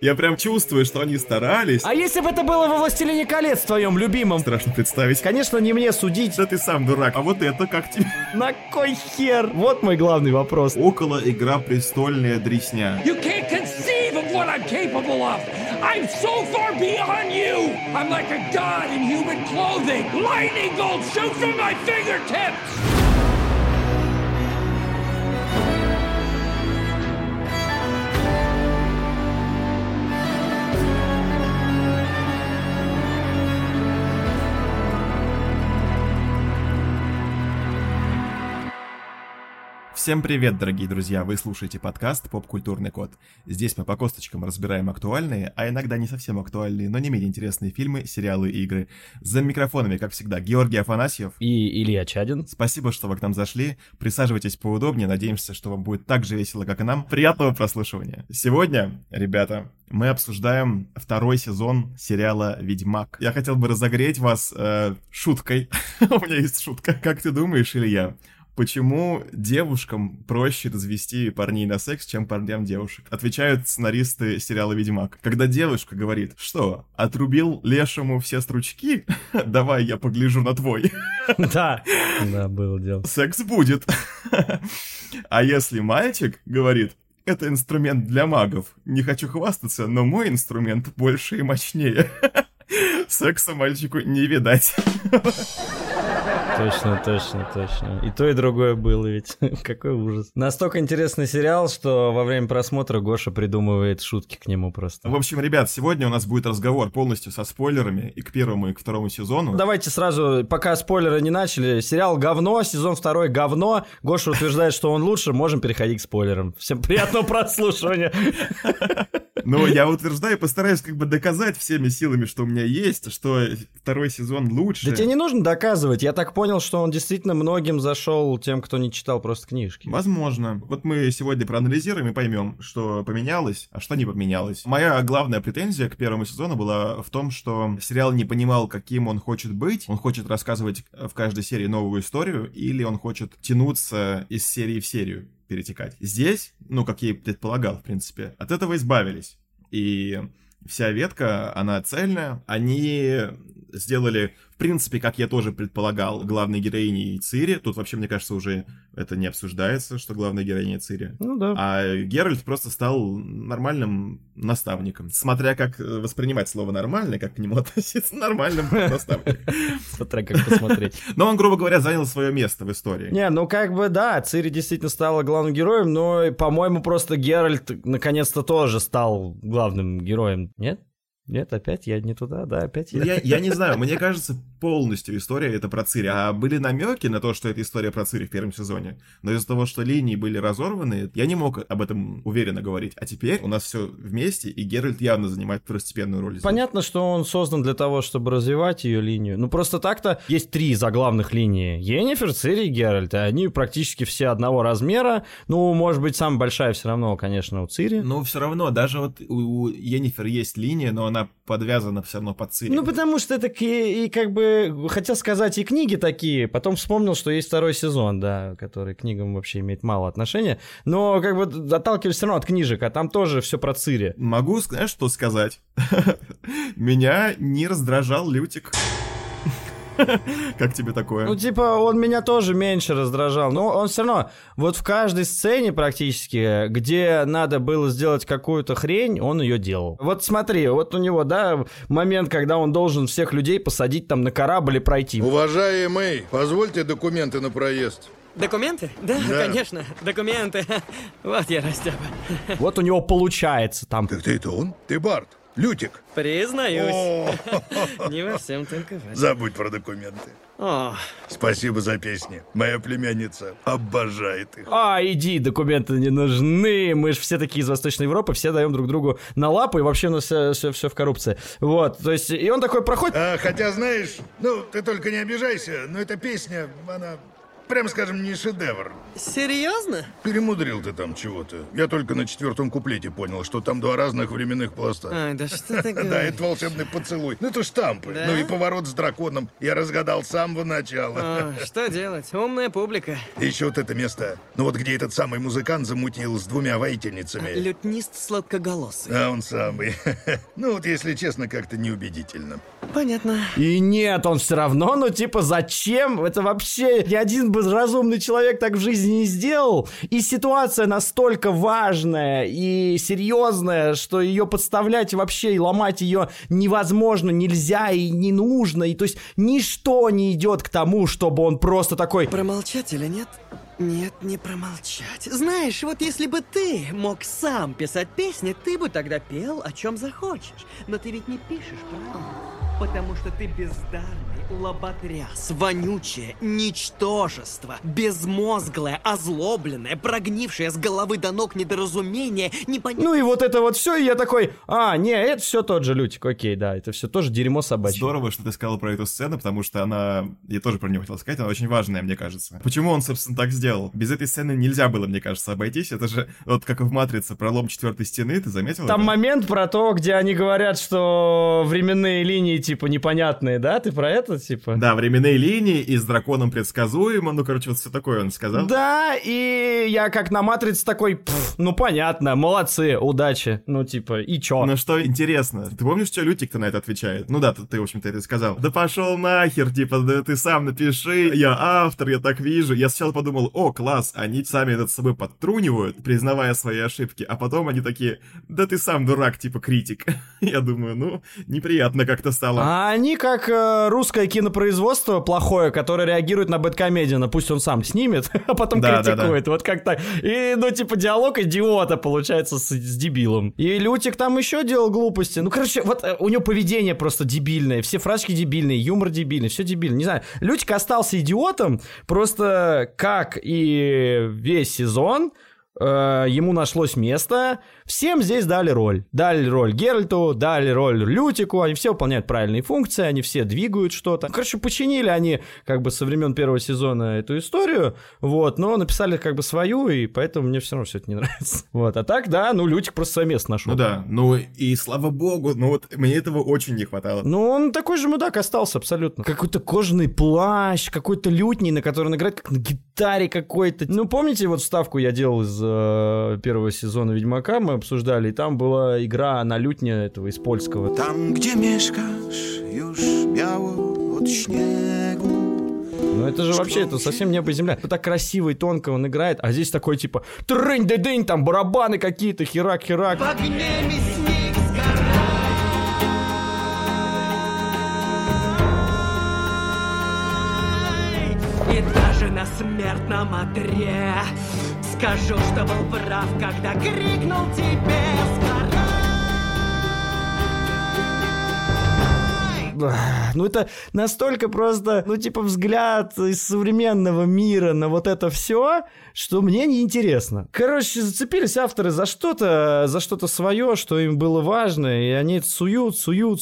Я прям чувствую, что они старались. А если бы это было во «Властелине колец» твоем любимом? Страшно представить. Конечно, не мне судить. Да ты сам дурак. А вот это как тебе? На кой хер? Вот мой главный вопрос. Около «Игра престольная» дресня. You can't conceive of what I'm capable of. I'm so far beyond you. I'm like a god in human clothing. Lightning bolts shoot from my fingertips. Всем привет, дорогие друзья! Вы слушаете подкаст «Поп-культурный код». Здесь мы по косточкам разбираем актуальные, а иногда не совсем актуальные, но не менее интересные фильмы, сериалы и игры. За микрофонами, как всегда, Георгий Афанасьев И Илья Чадин. Спасибо, что вы к нам зашли. Присаживайтесь поудобнее, надеемся, что вам будет так же весело, как и нам. Приятного прослушивания! Сегодня, ребята, мы обсуждаем второй сезон сериала «Ведьмак». Я хотел бы разогреть вас шуткой. У меня есть шутка. Как ты думаешь, Илья? Почему девушкам проще развести парней на секс, чем парням девушек? Отвечают сценаристы сериала «Ведьмак». Когда девушка говорит: что, отрубил лешему все стручки? Давай я погляжу на твой. Да, было дело. Секс будет. А если мальчик говорит: это инструмент для магов, не хочу хвастаться, но мой инструмент больше и мощнее. Секса мальчику не видать. Точно. И то, и другое было ведь. Какой ужас. Настолько интересный сериал, что во время просмотра Гоша придумывает шутки к нему просто. В общем, ребят, сегодня у нас будет разговор полностью со спойлерами и к первому, и к второму сезону. Давайте сразу, пока спойлеры не начали. Сериал говно, сезон 2 говно. Гоша утверждает, что он лучше, можем переходить к спойлерам. Всем приятного прослушивания. Ну, я утверждаю, постараюсь как бы доказать всеми силами, что у меня есть, что второй сезон лучше. Да тебе не нужно доказывать. Я так понял, что он действительно многим зашел, тем, кто не читал просто книжки. Возможно. Вот мы сегодня проанализируем и поймем, что поменялось, а что не поменялось. Моя главная претензия к первому сезону была в том, что сериал не понимал, каким он хочет быть. Он хочет рассказывать в каждой серии новую историю, или он хочет тянуться из серии в серию, перетекать. Здесь, ну, как я и предполагал, в принципе, от этого избавились. И вся ветка, она цельная. Они сделали, в принципе, как я тоже предполагал, главной героиней Цири. Тут вообще, мне кажется, уже это не обсуждается, что главная героиня Цири. Ну да. А Геральт просто стал нормальным наставником. Смотря как воспринимать слово «нормально», как к нему относиться, нормальным наставником. Смотря как посмотреть. Но он, грубо говоря, занял свое место в истории. Не, ну как бы да, Цири действительно стала главным героем, но, по-моему, просто Геральт наконец-то тоже стал главным героем. Нет? Нет, опять я не туда, да, опять я. Я не знаю, мне кажется, полностью история это про Цири. А были намеки на то, что это история про Цири в первом сезоне. Но из-за того, что линии были разорваны, я не мог об этом уверенно говорить. А теперь у нас все вместе, и Геральт явно занимает второстепенную роль. Понятно, что он создан для того, чтобы развивать ее линию. Ну просто так-то есть 3 заглавных линии. Йеннифер, Цири и Геральт. И они практически все одного размера. Ну, может быть, самая большая все равно, конечно, у Цири. Но все равно, даже вот у Йеннифер есть линия, но она подвязана все равно под Цири. Ну, потому что это и как бы, хотел сказать, и книги такие, потом вспомнил, что есть 2 сезон, да, который к книгам вообще имеет мало отношения, но как бы отталкиваюсь все равно от книжек, а там тоже все про Цири. Могу, знаешь, что сказать? Меня не раздражал Лютик. Как тебе такое? Ну, типа, он меня тоже меньше раздражал. Но он все равно, вот в каждой сцене практически, где надо было сделать какую-то хрень, он ее делал. Вот смотри, вот у него, да, момент, когда он должен всех людей посадить там на корабль и пройти. Уважаемый, позвольте документы на проезд. Документы? Да, конечно, документы. Вот я, Растяпа. Вот у него получается там. Так ты это он? Ты Барт? Лютик? Признаюсь. Не во всем только в этом. Забудь про документы. О, Спасибо за песни. Моя племянница обожает их. Иди, документы не нужны. Мы же все такие из Восточной Европы, все даем друг другу на лапу, и вообще у нас все в коррупции. Вот, то есть, и он такой проходит. Хотя, знаешь, ну, ты только не обижайся, но эта песня, она прям скажем, не шедевр. Серьезно? Перемудрил ты там чего-то. Я только на 4-м куплете понял, что там 2 разных временных пласта. Ай, да что ты Да, говоришь? это волшебный поцелуй. Ну, это штампы. Да? Ну и поворот с драконом. Я разгадал с самого начала. О, что делать? Умная публика. И еще вот это место. Ну вот где этот самый музыкант замутил с 2 воительницами. Лютнист сладкоголосый. А он самый. Ну вот, если честно, как-то неубедительно. Понятно. И нет, он все равно, ну типа, зачем? Это вообще ни один бы разумный человек так в жизни не сделал. И ситуация настолько важная и серьезная, что ее подставлять вообще и ломать ее невозможно, нельзя и не нужно. И то есть ничто не идет к тому, чтобы он просто такой... Промолчать или нет? Нет, не промолчать. Знаешь, вот если бы ты мог сам писать песни, ты бы тогда пел, о чем захочешь. Но ты ведь не пишешь, правда? Потому что ты бездарный лоботряс, вонючее ничтожество, безмозглое, озлобленное, прогнившее с головы до ног недоразумение, непонятное... Ну и вот это вот все, и я такой, не, это все тот же Лютик, окей, да, это все тоже дерьмо собачье. Здорово, что ты сказал про эту сцену, потому что она, я тоже про нее хотел сказать, она очень важная, мне кажется. Почему он, собственно, так сделал? Без этой сцены нельзя было, мне кажется, обойтись. Это же, вот как в «Матрице», пролом 4-й стены, ты заметил? Там это? момент про то, где они говорят, что временные линии, типа, непонятные, да? Ты про это, типа? Да, временные линии, и с драконом предсказуемо, ну, короче, вот все такое он сказал. Да, и я как на «Матрице» такой, ну, понятно, молодцы, удачи, ну, типа, и чё? Но что интересно, ты помнишь, что Лютик-то на это отвечает? Ну да, ты, в общем-то, это сказал. Да пошел нахер, типа, да ты сам напиши, я автор, я так вижу. Я сначала подумал, о, класс, они сами над собой подтрунивают, признавая свои ошибки, а потом они такие, да ты сам дурак, типа, критик. Я думаю, ну, неприятно как-то стало. А они как русское кинопроизводство плохое, которое реагирует на бэдкомедиана, пусть он сам снимет, а потом Да, критикует, вот как так. И, ну, типа, диалог идиота получается с дебилом. И Лютик там еще делал глупости. Ну, короче, вот у него поведение просто дебильное, все фразочки дебильные, юмор дебильный, все дебильно. Не знаю, Лютик остался идиотом, просто как и весь сезон, ему нашлось место. Всем здесь дали роль. Дали роль Геральту, дали роль Лютику. Они все выполняют правильные функции, они все двигают что-то. Короче, починили они как бы со времен 1-го сезона эту историю, вот, но написали как бы свою, и поэтому мне все равно все это не нравится. Вот, а так, да, ну, Лютик просто свое место нашел. Ну да, ну и слава богу, ну вот мне этого очень не хватало. Ну, он такой же мудак остался абсолютно. Какой-то кожаный плащ, какой-то лютний, на который он играет как на гитаре какой-то. Ну, помните, вот вставку я делал из 1-го сезона Ведьмака, мы обсуждали, и там была игра на лютне этого из польского. Там, gdzie mieszkasz, już biało od śniegu. Ну это же вообще, это совсем небо и земля. Вот так красиво и тонко он играет, а здесь такой типа трынь-ды-дынь, там барабаны какие-то, херак-херак. В огне мясник сгорай. И даже на смертном одре скажу, что был прав, когда крикнул тебе сгорай. Ну это настолько просто, ну типа взгляд из современного мира на вот это все, что мне неинтересно. Короче, зацепились авторы за что-то свое, что им было важно, и они это суют, сука,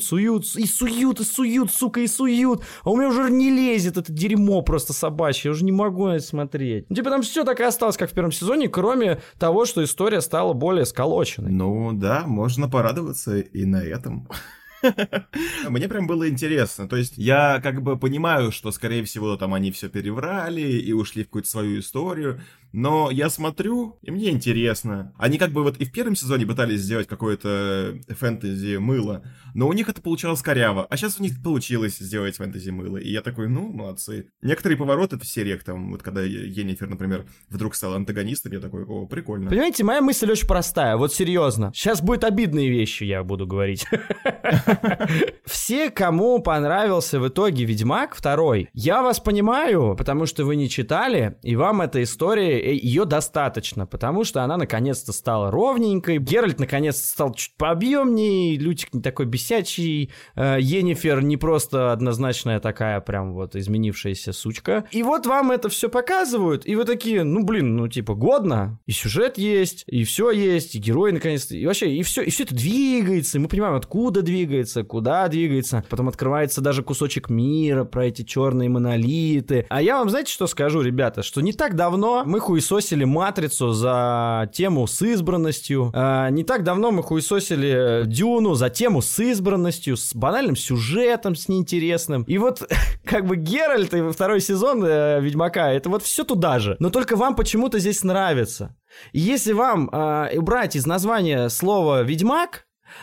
и суют. А у меня уже не лезет это дерьмо просто собачье, я уже не могу это смотреть. Ну, типа там все так и осталось, как в 1-м сезоне, кроме того, что история стала более сколоченной. Ну да, можно порадоваться и на этом. Мне прям было интересно, то есть я как бы понимаю, что скорее всего там они все переврали и ушли в какую-то свою историю, но я смотрю, и мне интересно. Они как бы вот и в 1-м сезоне пытались сделать какое-то фэнтези-мыло, но у них это получалось коряво, а сейчас у них получилось сделать фэнтези-мыло, и я такой, ну, молодцы. Некоторые повороты в сериях, там, вот когда Йеннифер, например, вдруг стала антагонистом, я такой, о, прикольно. Понимаете, моя мысль очень простая, вот серьезно. Сейчас будут обидные вещи, я буду говорить. Все, кому понравился в итоге Ведьмак 2, я вас понимаю, потому что вы не читали, и вам эта история, ее достаточно, потому что она наконец-то стала ровненькой, Геральт наконец-то стал чуть пообъемнее, Лютик не такой бесячий, Йеннифер не просто однозначная такая прям вот изменившаяся сучка. И вот вам это все показывают, и вы такие, ну блин, ну типа годно, и сюжет есть, и все есть, и герои наконец-то, и вообще, и все это двигается, и мы понимаем, откуда двигается. двигается, куда двигается. Потом открывается даже кусочек мира про эти черные монолиты. А я вам, знаете, что скажу, ребята? Что не так давно мы хуесосили «Матрицу» за тему с избранностью. Не так давно мы хуесосили «Дюну» за тему с избранностью, с банальным сюжетом, с неинтересным. И вот как бы Геральт и второй сезон «Ведьмака» — это вот все туда же. Но только вам почему-то здесь нравится. И если вам убрать из названия слово «Ведьмак»,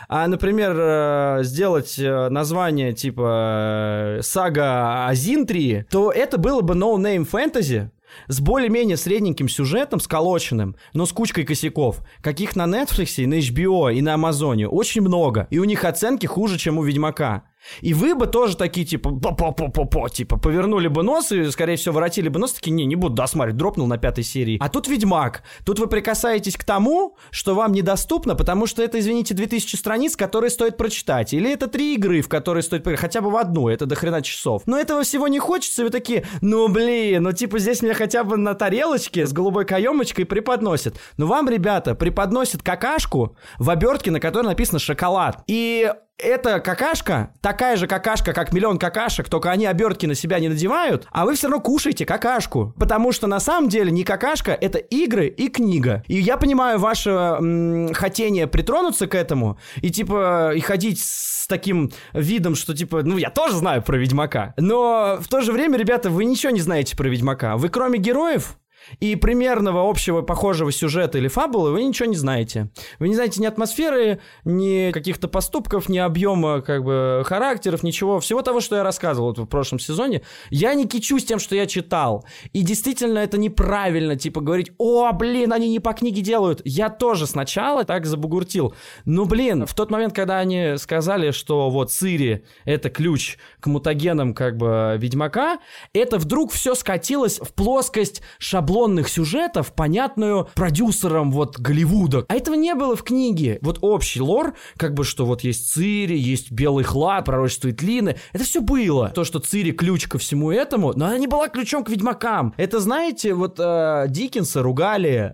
например, сделать название типа «Сага о Зинтрии», то это было бы no-name fantasy с более-менее средненьким сюжетом, сколоченным, но с кучкой косяков, каких на Netflix, на HBO и на Амазоне очень много. И у них оценки хуже, чем у «Ведьмака». И вы бы тоже такие, типа, типа, повернули бы нос и, скорее всего, воротили бы нос, такие, не буду досматривать, дропнул на 5-й серии. А тут «Ведьмак». Тут вы прикасаетесь к тому, что вам недоступно, потому что это, извините, 2000 страниц, которые стоит прочитать. Или это 3 игры, в которые стоит поиграть, хотя бы в одну, это до хрена часов. Но этого всего не хочется, и вы такие, типа, здесь меня хотя бы на тарелочке с голубой каемочкой преподносят. Но вам, ребята, преподносят какашку в обертке, на которой написано «шоколад». И эта какашка, такая же какашка, как миллион какашек, только они обертки на себя не надевают, а вы все равно кушаете какашку. Потому что на самом деле не какашка, это игры и книга. И я понимаю ваше хотение притронуться к этому и типа и ходить с таким видом, что типа, я тоже знаю про Ведьмака. Но в то же время, ребята, вы ничего не знаете про Ведьмака. Вы кроме героев и примерного общего похожего сюжета или фабулы вы ничего не знаете. Вы не знаете ни атмосферы, ни каких-то поступков, ни объема как бы характеров, ничего. Всего того, что я рассказывал в прошлом сезоне. Я не кичусь тем, что я читал. И действительно это неправильно, типа говорить, они не по книге делают. Я тоже сначала так забугуртил. Но, в тот момент, когда они сказали, что вот Цири это ключ к мутагенам как бы Ведьмака, это вдруг все скатилось в плоскость шаблонных сюжетов, понятную продюсерам вот Голливуда. А этого не было в книге. Вот общий лор, как бы, что вот есть Цири, есть Белый Хлад, пророчество Итлины. Это все было. То, что Цири ключ ко всему этому, но она не была ключом к ведьмакам. Это, знаете, вот Диккенса ругали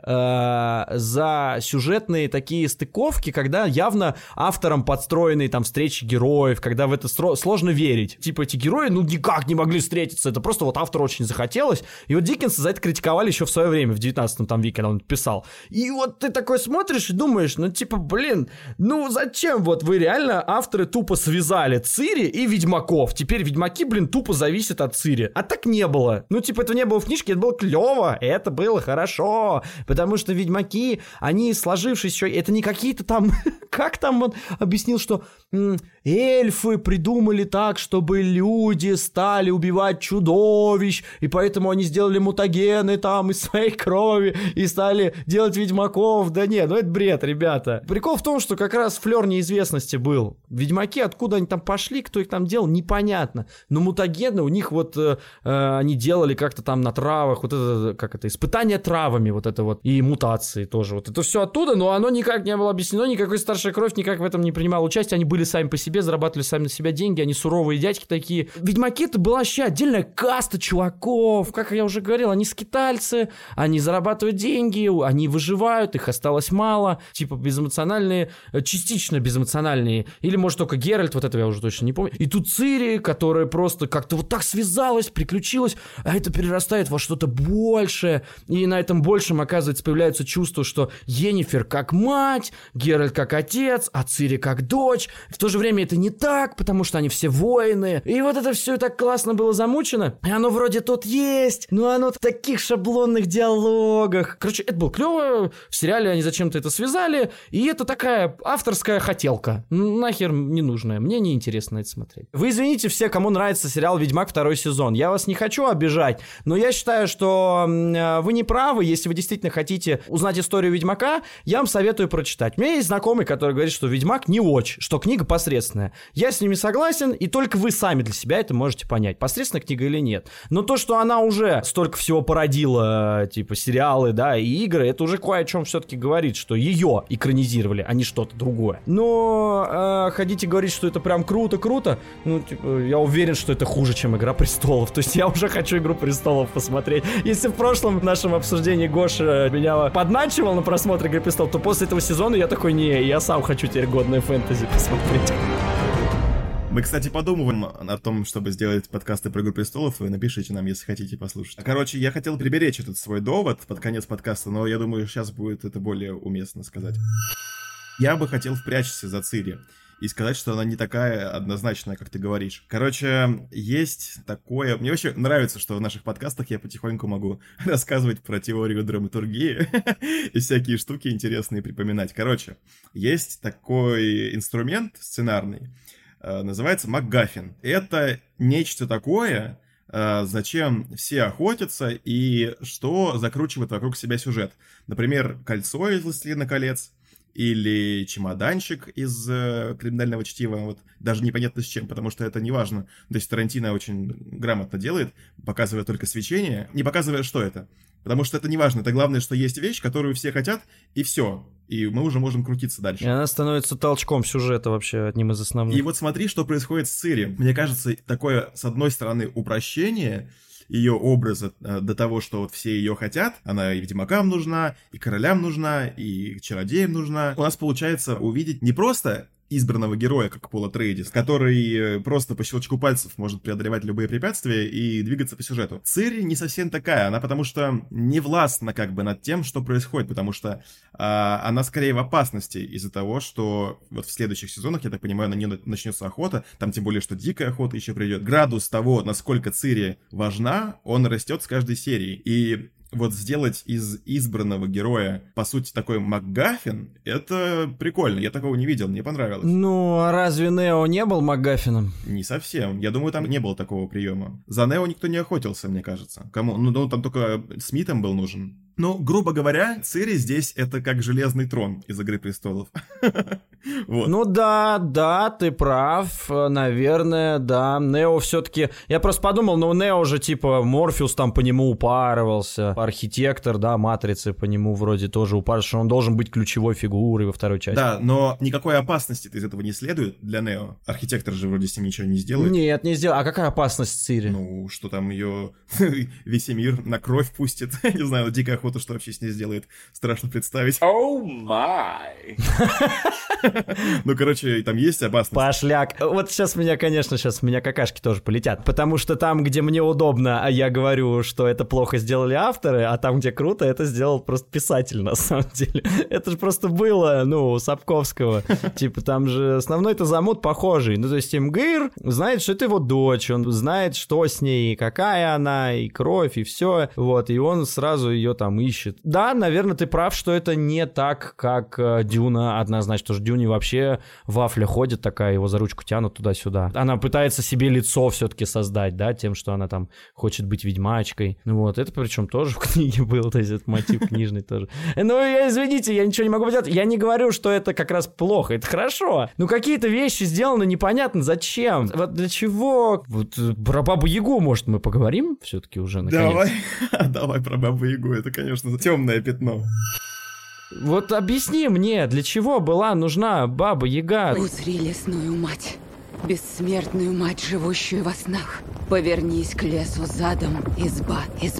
за сюжетные такие стыковки, когда явно автором подстроенные там встречи героев, когда в это сложно верить. Типа эти герои, никак не могли встретиться. Это просто вот автору очень захотелось. И вот Диккенса за это критиковали еще в свое время, в 19 веке, когда он писал. И вот ты такой смотришь и думаешь, зачем вот вы реально авторы тупо связали Цири и ведьмаков? Теперь ведьмаки, тупо зависят от Цири. А так не было. Это не было в книжке, это было клево, это было хорошо. Потому что ведьмаки, они сложившись еще, это не какие-то там, как там он объяснил, что эльфы придумали так, чтобы люди стали убивать чудовищ, и поэтому они сделали мутагены там из своей крови и стали делать ведьмаков. Да нет, это бред, ребята. Прикол в том, что как раз флёр неизвестности был. Ведьмаки, откуда они там пошли, кто их там делал, непонятно. Но мутагены у них они делали как-то там на травах, испытания травами, и мутации тоже. Это все оттуда, но оно никак не было объяснено, никакой старшая кровь никак в этом не принимала участие, они были сами по себе, зарабатывали сами на себя деньги, они суровые дядьки такие. Ведьмаки — это была вообще отдельная каста чуваков, как я уже говорил, они скитальцы, они зарабатывают деньги, они выживают, их осталось мало, типа безэмоциональные, частично безэмоциональные, или может только Геральт, вот этого я уже точно не помню. И тут Цири, которая просто как-то вот так связалась, приключилась, а это перерастает во что-то большее, и на этом большем, оказывается, появляется чувство, что Йеннифер как мать, Геральт как отец, а Цири как дочь. В то же время это не так, потому что они все воины. И вот это все так классно было замучено. И оно вроде тут есть, но оно в таких шаблонных диалогах. Короче, это было клево. В сериале они зачем-то это связали. И это такая авторская хотелка. Нахер ненужная. Мне неинтересно это смотреть. Вы извините все, кому нравится сериал «Ведьмак» второй сезон. Я вас не хочу обижать, но я считаю, что вы не правы. Если вы действительно хотите узнать историю Ведьмака, я вам советую прочитать. У меня есть знакомый, который говорит, что Ведьмак не очень, что книга посредственная. Я с ними согласен, и только вы сами для себя это можете понять, посредственная книга или нет. Но то, что она уже столько всего породила, типа сериалы, да, и игры, это уже кое о чем все-таки говорит, что ее экранизировали, а не что-то другое. Но ходите говорить, что это прям круто, я уверен, что это хуже, чем «Игра престолов». То есть я уже хочу «Игру престолов» посмотреть. Если в прошлом нашем обсуждении Гоша меня подначивал на просмотр «Игры престолов», то после этого сезона я такой, я сам хочу теперь годное фэнтези посмотреть. Мы, кстати, подумываем о том, чтобы сделать подкасты про «Игру престолов», вы напишите нам, если хотите послушать. Короче, я хотел приберечь этот свой довод под конец подкаста, но я думаю, сейчас будет это более уместно сказать. Я бы хотел впрячься за Цири и сказать, что она не такая однозначная, как ты говоришь. Короче, есть такое... Мне вообще нравится, что в наших подкастах я потихоньку могу рассказывать про теорию драматургии и всякие штуки интересные припоминать. Короче, есть такой инструмент сценарный, называется МакГаффин. Это нечто такое, зачем все охотятся и что закручивает вокруг себя сюжет. Например, кольцо из «Властелина колец», или чемоданчик из криминального чтива, вот, даже непонятно с чем, потому что это не важно. То есть Тарантино очень грамотно делает, показывая только свечение, не показывая, что это. Потому что это не важно, это главное, что есть вещь, которую все хотят, и все. И мы уже можем крутиться дальше. И она становится толчком сюжета вообще, одним из основных. И вот смотри, что происходит с Цири. Мне кажется, такое, с одной стороны, упрощение ее образа до того, что вот все ее хотят. Она и ведьмакам нужна, и королям нужна, и чародеям нужна. У нас получается увидеть не просто избранного героя, как Пол Атрейдис, который просто по щелчку пальцев может преодолевать любые препятствия и двигаться по сюжету. Цири не совсем такая, она потому что не властна как бы над тем, что происходит, потому что она скорее в опасности из-за того, что вот в следующих сезонах, я так понимаю, на нее начнется охота, там тем более, что дикая охота еще придет. Градус того, насколько Цири важна, он растет с каждой серией. И вот сделать из избранного героя, по сути, такой МакГаффин, это прикольно, я такого не видел, мне понравилось. Ну, а разве Нео не был МакГаффином? Не совсем, я думаю, там не было такого приема. За Нео никто не охотился, мне кажется. Кому? Ну, там только Смитом был нужен. Ну, грубо говоря, Цири здесь это как Железный трон из «Игры престолов». Вот. Ну да, ты прав, наверное, да. Нео все-таки... Я просто подумал, ну Нео же типа Морфеус там по нему упарывался, архитектор, да, Матрицы по нему вроде тоже упарывался, что он должен быть ключевой фигурой во второй части. Да, но никакой опасности из этого не следует для Нео. Архитектор же вроде с ним ничего не сделает. Нет, не сделал. А какая опасность Цири? Ну, что там ее весь мир на кровь пустит. Не знаю, дикая охота, что вообще с ней сделает. Страшно представить. Oh my! Ну, короче, там есть опасность. Пошляк. Вот сейчас меня какашки тоже полетят. Потому что там, где мне удобно, а я говорю, что это плохо сделали авторы, а там, где круто, это сделал просто писатель, на самом деле. Это же просто было, у Сапковского. Типа, там же основной-то замут похожий. Ну, то есть Имгир знает, что это его дочь, он знает, что с ней, какая она, и кровь, и все. Вот, и он сразу ее там ищет. Да, наверное, ты прав, что это не так, как Дюна, однозначно, потому что Дюне вообще вафля ходит такая, его за ручку тянут туда-сюда. Она пытается себе лицо все-таки создать, да, тем, что она там хочет быть ведьмачкой. Вот, это причем тоже в книге был, то есть этот мотив книжный тоже. Ну, извините, я ничего не могу поделать. Я не говорю, что это как раз плохо, это хорошо. Ну, какие-то вещи сделаны непонятно зачем. Вот для чего? Вот про Бабу-Ягу, может, мы поговорим все-таки уже наконец? Давай про Бабу-Ягу, это, конечно, темное пятно. Вот объясни мне, для чего была нужна Баба-Яга? Узри лесную мать, бессмертную мать, живущую во снах. Повернись к лесу задом, изба,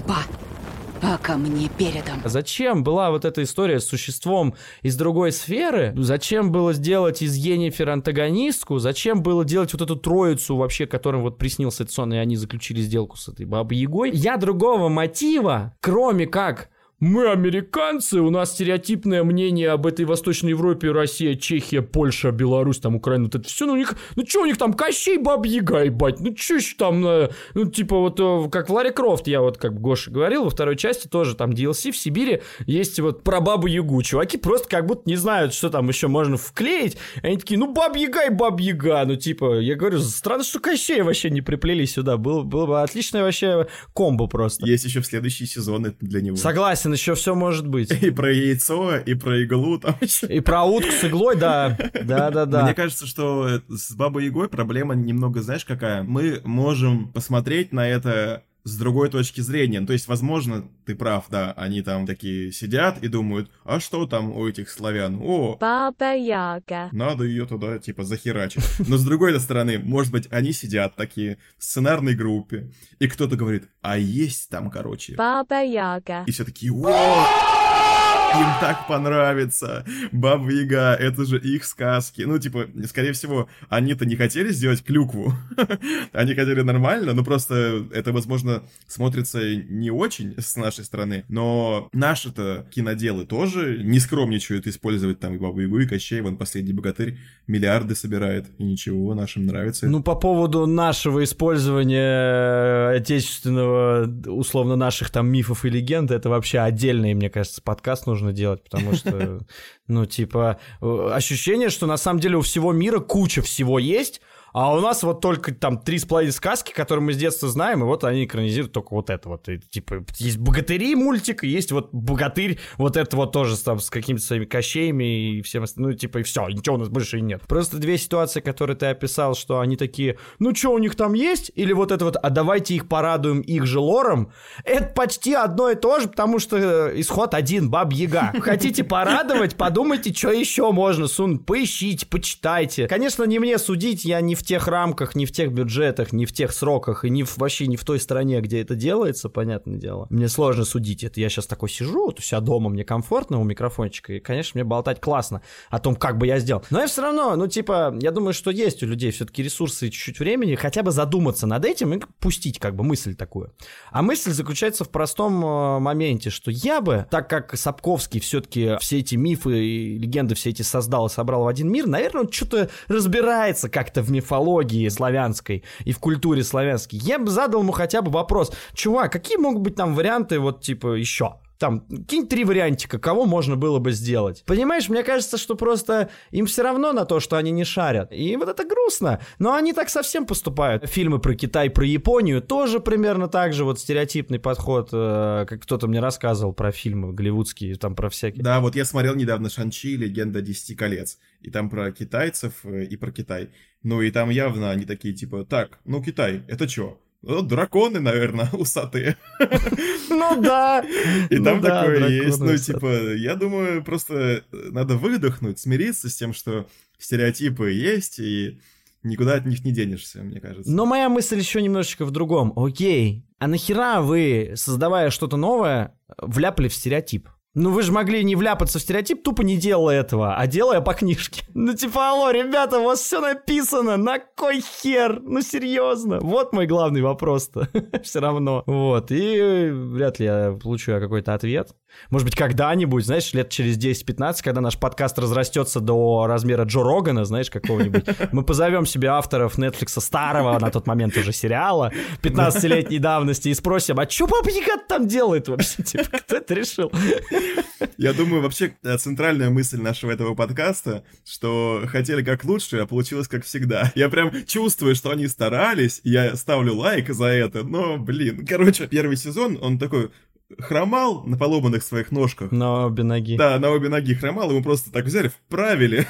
а ко мне передом. Зачем была вот эта история с существом из другой сферы? Зачем было сделать из Йеннифер антагонистку? Зачем было делать вот эту троицу вообще, которым вот приснился этот сон, и они заключили сделку с этой Бабой-Ягой? Я другого мотива, кроме как... Мы американцы, у нас стереотипное мнение об этой Восточной Европе, Россия, Чехия, Польша, Беларусь, там, Украина, вот это все, ну что у них там, Кощей, Баба-Яга, ебать, ну что еще там, типа вот, как в Ларри Крофт, я вот, как Гоша говорил, во второй части тоже там DLC в Сибири есть вот про Бабу-Ягу, чуваки просто как будто не знают, что там еще можно вклеить, они такие, ну Баба-Яга и Баба-Яга, ну типа, я говорю, странно, что Кощей вообще не приплели сюда, было бы отличное вообще комбо просто. Есть еще в следующие сезоны для него. Согласен, еще все может быть. И про яйцо, и про иглу там еще. И про утку с иглой, да. Да. Мне кажется, что с Бабой-Ягой проблема немного, знаешь, какая? Мы можем посмотреть на это с другой точки зрения. То есть, возможно, ты прав, да, они там такие сидят и думают, а что там у этих славян? О, Баба-Яга. Надо ее туда, типа, захерачить. Но с другой стороны, может быть, они сидят такие в сценарной группе, и кто-то говорит, а есть там, короче. Баба-Яга. И все такие, о, Им так понравится. Баба Яга, это же их сказки. Ну, типа, скорее всего, они-то не хотели сделать клюкву. Они хотели нормально, но просто это, возможно, смотрится не очень с нашей стороны. Но наши-то киноделы тоже не скромничают использовать там и Бабу Ягу, и Кощей. Вон «Последний богатырь» миллиарды собирает. И ничего, нашим нравится. Ну, по поводу нашего использования отечественного, условно, наших там мифов и легенд, это вообще отдельный, мне кажется, подкаст нужно делать, потому что, ну, типа, ощущение, что на самом деле у всего мира куча всего есть, а у нас вот только там 3,5 сказки, которые мы с детства знаем, и вот они экранизируют только вот это вот. И, типа, есть богатыри мультик, и есть вот богатырь, вот это вот тоже там с какими-то своими кощеями и всем остальным, ну, типа, и все, ничего у нас больше и нет. Просто две ситуации, которые ты описал, что они такие, ну, что у них там есть? Или вот это вот, а давайте их порадуем их же лором. Это почти одно и то же, потому что исход один, Баба Яга. Хотите порадовать, подумайте, что еще можно сунуть, поищите, почитайте. Конечно, не мне судить, я не в тех рамках, не в тех бюджетах, не в тех сроках и вообще не в той стране, где это делается, понятное дело. Мне сложно судить это. Я сейчас такой сижу, вот у себя дома, мне комфортно у микрофончика, и, конечно, мне болтать классно о том, как бы я сделал. Но я все равно, ну, типа, я думаю, что есть у людей все-таки ресурсы и чуть-чуть времени хотя бы задуматься над этим и пустить как бы мысль такую. А мысль заключается в простом моменте, что я бы, так как Сапковский все-таки все эти мифы и легенды все эти создал и собрал в один мир, наверное, он что-то разбирается как-то в мифологии славянской и в культуре славянской. Я бы задал ему хотя бы вопрос: чувак, какие могут быть там варианты вот типа еще? Там, кинь 3 вариантика, кого можно было бы сделать. Понимаешь, мне кажется, что просто им все равно на то, что они не шарят. И вот это грустно. Но они так совсем поступают. Фильмы про Китай, про Японию тоже примерно так же. Вот стереотипный подход, как кто-то мне рассказывал про фильмы голливудские, там про всякие. Да, вот я смотрел недавно «Шан-Чи. Легенда 10 колец». И там про китайцев и про Китай. Ну и там явно они такие типа, так, ну Китай, это чё? Ну, драконы, наверное, усатые. Ну да. И там такое есть. Ну, типа, я думаю, просто надо выдохнуть, смириться с тем, что стереотипы есть, и никуда от них не денешься, мне кажется. Но моя мысль еще немножечко в другом. Окей, а нахера вы, создавая что-то новое, вляпали в стереотип? Ну вы же могли не вляпаться в стереотип, тупо не делая этого, а делая по книжке. Ну типа, алло, ребята, у вас все написано, на кой хер? Ну серьезно, вот мой главный вопрос-то, все равно. Вот, и вряд ли я получу какой-то ответ. Может быть, когда-нибудь, знаешь, лет через 10-15, когда наш подкаст разрастется до размера Джо Рогана, знаешь, какого-нибудь, мы позовем себе авторов Netflix старого на тот момент уже сериала 15-летней давности и спросим, а что Баба Яга там делает вообще? Типа, кто это решил? Я думаю, вообще центральная мысль нашего этого подкаста, что хотели как лучше, а получилось как всегда. Я прям чувствую, что они старались, я ставлю лайк за это, но, блин. Короче, первый сезон, он такой хромал на поломанных своих ножках. На обе ноги. Да, на обе ноги хромал, ему просто так взяли, вправили.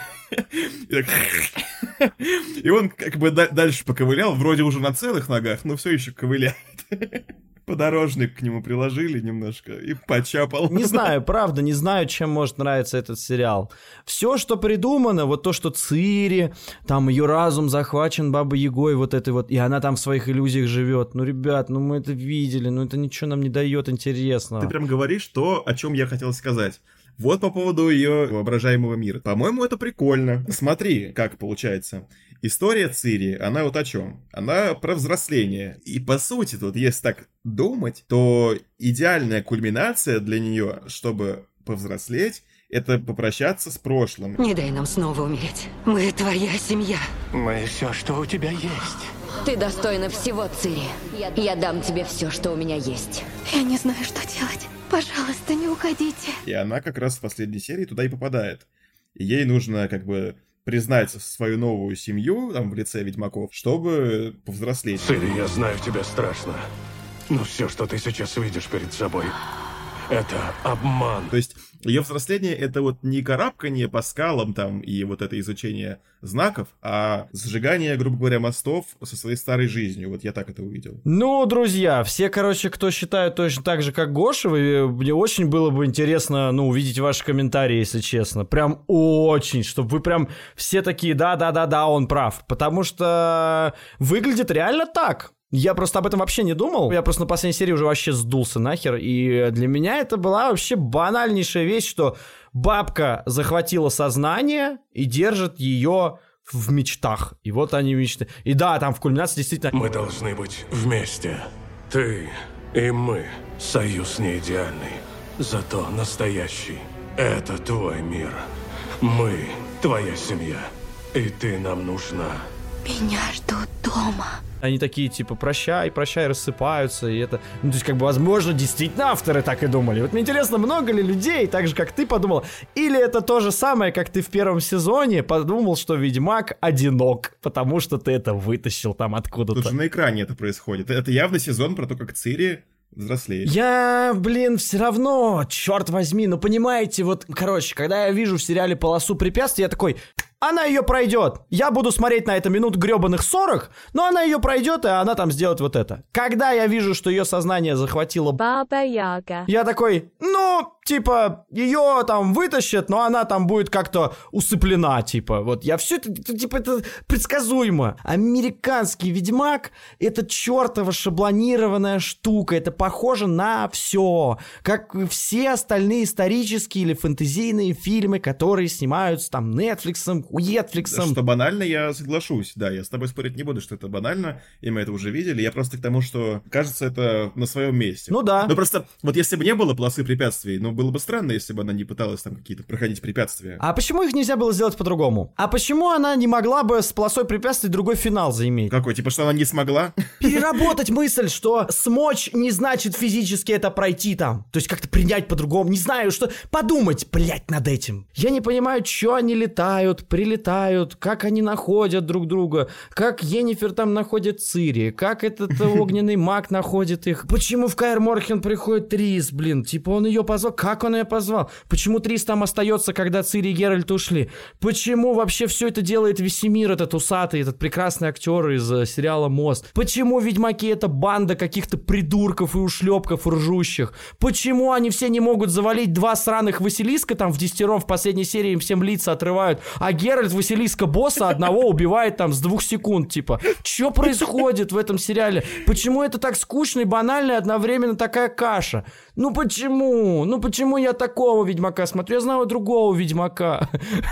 И он как бы дальше поковылял, вроде уже на целых ногах, но все еще ковыляет. Подорожник к нему приложили немножко и почапал. Не знаю, правда, не знаю, чем может нравиться этот сериал. Все, что придумано, вот то, что Цири, там ее разум захвачен Бабой Ягой, вот этой вот, и она там в своих иллюзиях живет. Ну, ребят, ну мы это видели, ну это ничего нам не дает интересного. Ты прям говоришь то, о чем я хотел сказать. Вот по поводу ее воображаемого мира. По-моему, это прикольно. Смотри, как получается. История Цири, она вот о чем? Она про взросление. И по сути, тут если так думать, то идеальная кульминация для нее, чтобы повзрослеть, это попрощаться с прошлым. Не дай нам снова умереть. Мы твоя семья. Мы все, что у тебя есть. Ты достойна всего, Цири. Я дам тебе все, что у меня есть. Я не знаю, что делать. Пожалуйста, не уходите. И она как раз в последней серии туда и попадает. И ей нужно как бы признать свою новую семью, там, в лице ведьмаков, чтобы повзрослеть. Цири, я знаю, тебе страшно. Но все, что ты сейчас видишь перед собой, это обман. То есть ее взросление — это вот не карабкание по скалам там и вот это изучение знаков, а сжигание, грубо говоря, мостов со своей старой жизнью. Вот я так это увидел. Ну, друзья, все, короче, кто считает точно так же, как Гоша, мне очень было бы интересно, ну, увидеть ваши комментарии, если честно. Прям очень, чтобы вы прям все такие, да, он прав. Потому что выглядит реально так. Я просто об этом вообще не думал. Я просто на последней серии уже вообще сдулся нахер. И для меня это была вообще банальнейшая вещь, что бабка захватила сознание и держит ее в мечтах. И вот они мечты. И да, там в кульминации действительно... Мы должны быть вместе. Ты и мы. Союз не идеальный, зато настоящий. Это твой мир. Мы твоя семья. И ты нам нужна. Меня ждут дома. Они такие, типа, прощай, рассыпаются, и это... Ну, то есть, как бы, возможно, действительно авторы так и думали. Вот мне интересно, много ли людей, так же, как ты подумал, или это то же самое, как ты в первом сезоне подумал, что Ведьмак одинок, потому что ты это вытащил там откуда-то. Тут же на экране это происходит. Это явно сезон про то, как Цири взрослеет. Я, все равно, черт возьми, ну, понимаете, вот, короче, когда я вижу в сериале полосу препятствий, я такой... Она ее пройдет. Я буду смотреть на это минут гребаных 40, но она ее пройдет, и она там сделает вот это. Когда я вижу, что ее сознание захватило Баба Яга, я такой, ну, типа, ее там вытащат, но она там будет как-то усыплена, типа. Вот я все это, типа, это предсказуемо. Американский Ведьмак — это чертова шаблонированная штука. Это похоже на все. Как все остальные исторические или фэнтезийные фильмы, которые снимаются там Netflix'ом, Уетфликсом. Что банально, я соглашусь. Да, я с тобой спорить не буду, что это банально, и мы это уже видели. Я просто к тому, что, кажется, это на своем месте. Ну да. Ну просто, вот если бы не было полосы препятствий, ну было бы странно, если бы она не пыталась там какие-то проходить препятствия. А почему их нельзя было сделать по-другому? А почему она не могла бы с полосой препятствий другой финал заиметь? Какой? Типа, что она не смогла? Переработать мысль, что смочь не значит физически это пройти там. То есть как-то принять по-другому. Не знаю, что... Подумать, блять, над этим. Я не понимаю, что они летают, прилетают, как они находят друг друга, как Йеннифер там находит Цири, как этот огненный маг находит их. Почему в Каэр Морхен приходит Трис, типа он ее позвал, как он ее позвал? Почему Трис там остается, когда Цири и Геральт ушли? Почему вообще все это делает Весемир, этот усатый, этот прекрасный актер из сериала «Мост»? Почему Ведьмаки — это банда каких-то придурков и ушлепков ржущих? Почему они все не могут завалить 2 сраных Василиска там в 10-ром в последней серии, им всем лица отрывают, а Геральт Василиска босса одного убивает там с 2 секунд, типа. Что происходит в этом сериале? Почему это так скучно и банально и одновременно такая каша? Ну почему? Ну почему я такого Ведьмака смотрю? Я знаю другого Ведьмака.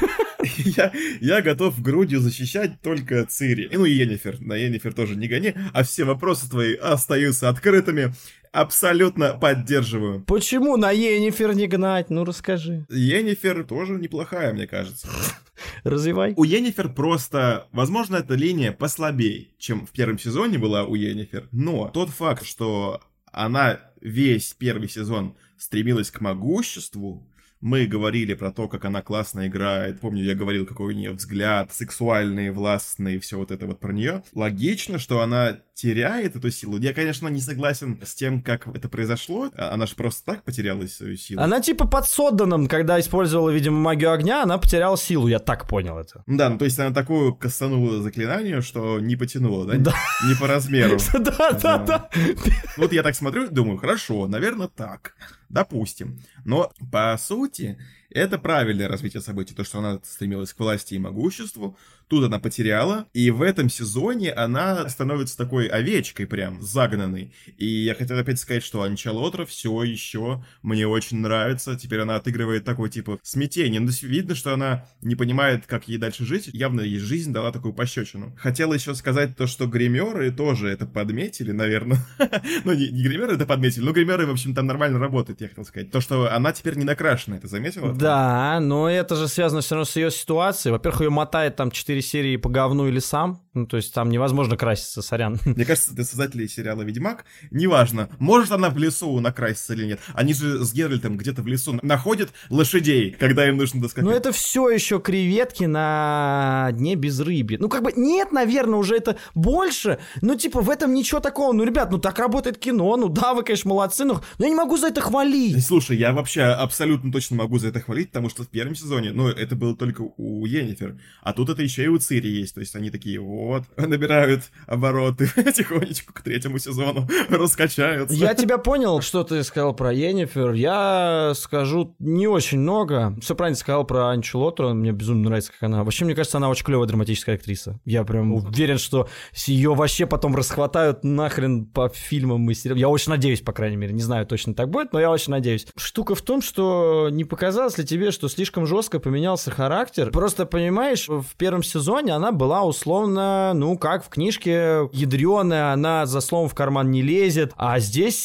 Я готов грудью защищать только Цири. Ну и Йеннифер. На Йеннифер тоже не гони. А все вопросы твои остаются открытыми. Абсолютно поддерживаю. Почему на Йеннифер не гнать? Ну расскажи. Йеннифер тоже неплохая, мне кажется. Развивай. У Йеннифер просто, возможно, эта линия послабее, чем в первом сезоне была у Йеннифер. Но тот факт, что она весь первый сезон стремилась к могуществу, мы говорили про то, как она классно играет. Помню, я говорил, какой у нее взгляд сексуальный, властный, все вот это вот про нее. Логично, что она теряет эту силу. Я, конечно, не согласен с тем, как это произошло. Она же просто так потеряла свою силу. Она типа под Содданом, когда использовала, видимо, магию огня, она потеряла силу. Я так понял это. Да, ну то есть она такую кастанула заклинание, что не потянула, да? Да. Не по размеру. Да. Вот я так смотрю, думаю, хорошо, наверное, так. Допустим. Но, по сути, это правильное развитие событий. То, что она стремилась к власти и могуществу, тут она потеряла. И в этом сезоне она становится такой овечкой прям, загнанной. И я хотел опять сказать, что Анчалотра все еще мне очень нравится. Теперь она отыгрывает такое, типа, смятение. Но видно, что она не понимает, как ей дальше жить. Явно ей жизнь дала такую пощечину. Хотел еще сказать то, что гримеры тоже это подметили, наверное. Ну, не гримеры это подметили, но гримеры, в общем, там нормально работают, я хотел сказать. То, что она теперь не накрашена, ты заметила? Да, но это же связано все равно с ее ситуацией. Во-первых, ее мотает там 4 серии по говну или сам. Ну, то есть там невозможно краситься, сорян. Мне кажется, для создателей сериала «Ведьмак» неважно, может она в лесу накраситься или нет. Они же с Геральтом где-то в лесу находят лошадей, когда им нужно доскакать. Ну, это все еще креветки на дне безрыбья. Ну, как бы, нет, наверное, уже это больше. Ну, типа, в этом ничего такого. Ну, ребят, ну, так работает кино. Ну, да, вы, конечно, молодцы, но я не могу за это хвалить. Слушай, я вообще абсолютно точно могу за это хвалить. похвалить, потому что в первом сезоне, ну, это было только у Йеннифер, а тут это еще и у Цири есть, то есть они такие, вот, набирают обороты потихонечку к третьему сезону, раскачаются. Я тебя понял, что ты сказал про Йеннифер, я скажу не очень много, все правильно сказал про Анчу Лотрон, мне безумно нравится, как она, вообще, мне кажется, она очень клевая драматическая актриса, я прям уверен, что ее вообще потом расхватают нахрен по фильмам и сериалам, я очень надеюсь, по крайней мере, не знаю, точно так будет, но я очень надеюсь. Штука в том, что не показалось ли тебе, что слишком жестко поменялся характер? Просто, понимаешь, в первом сезоне она была условно, ну, как в книжке, ядреная, она за словом в карман не лезет, а здесь...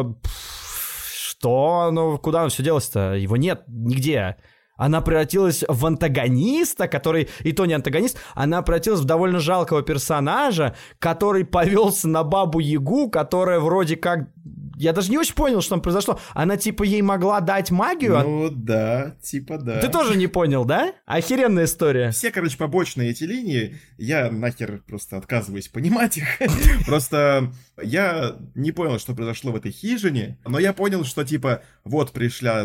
что? Ну, куда он все делось-то? Его нет нигде. Она превратилась в антагониста, который, и то не антагонист, она превратилась в довольно жалкого персонажа, который повелся на Бабу-Ягу, которая вроде как... Я даже не очень понял, что там произошло. Она типа ей могла дать магию? Ну да, типа да. Ты тоже не понял, да? Охеренная история. Все, короче, побочные эти линии, я нахер просто отказываюсь понимать их. Просто я не понял, что произошло в этой хижине, но я понял, что типа вот пришла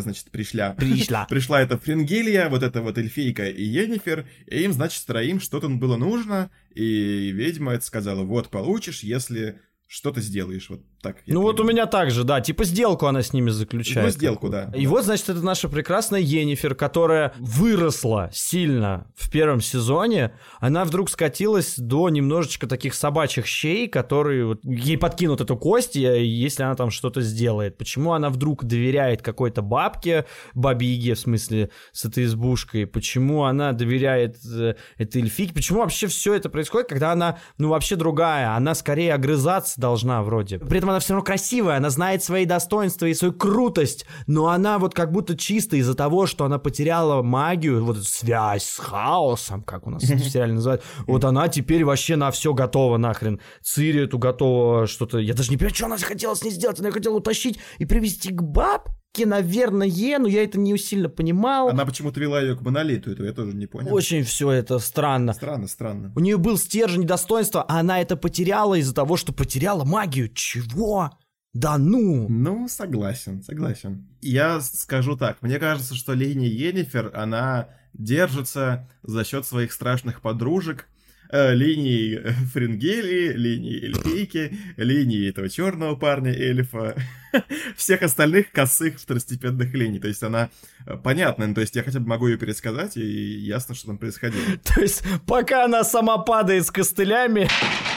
эта Фрингелия, вот эта вот эльфийка и Йеннифер, и им, значит, троим что-то было нужно, и ведьма это сказала, вот получишь, если... что ты сделаешь, вот так. Ну вот у меня так же, да, типа сделку она с ними заключает. Ну, сделку, да. И вот, значит, это наша прекрасная Йеннифер, которая выросла сильно в первом сезоне, она вдруг скатилась до немножечко таких собачьих щей, которые вот, ей подкинут эту кость, если она там что-то сделает. Почему она вдруг доверяет какой-то бабке, Бабе-Яге, в смысле, с этой избушкой, почему она доверяет этой эльфийке, почему вообще все это происходит, когда она, ну, вообще другая, она скорее огрызаться должна вроде. При этом она все равно красивая, она знает свои достоинства и свою крутость, но она вот как будто чисто из-за того, что она потеряла магию, вот эту связь с хаосом, как у нас в сериале называют, вот она теперь вообще на все готова нахрен. Цири эту готова что-то... Я даже не понимаю, что она хотела с ней сделать, она хотела утащить и привести к бабке, наверное, но я это не сильно понимал. Она почему-то вела ее к Монолиту, это я тоже не понял. Очень все это странно. Странно. У нее был стержень достоинства, а она это потеряла из-за того, что потеряла магию. Чего? Да ну! Ну, согласен. Я скажу так, мне кажется, что линия Йеннифер, она держится за счет своих страшных подружек, линии Фрингелии, линии эльфийки, линии этого черного парня эльфа, всех остальных косых второстепенных линий. То есть она понятна, то есть я хотя бы могу ее пересказать, и ясно, что там происходило. То есть пока она сама падает с костылями,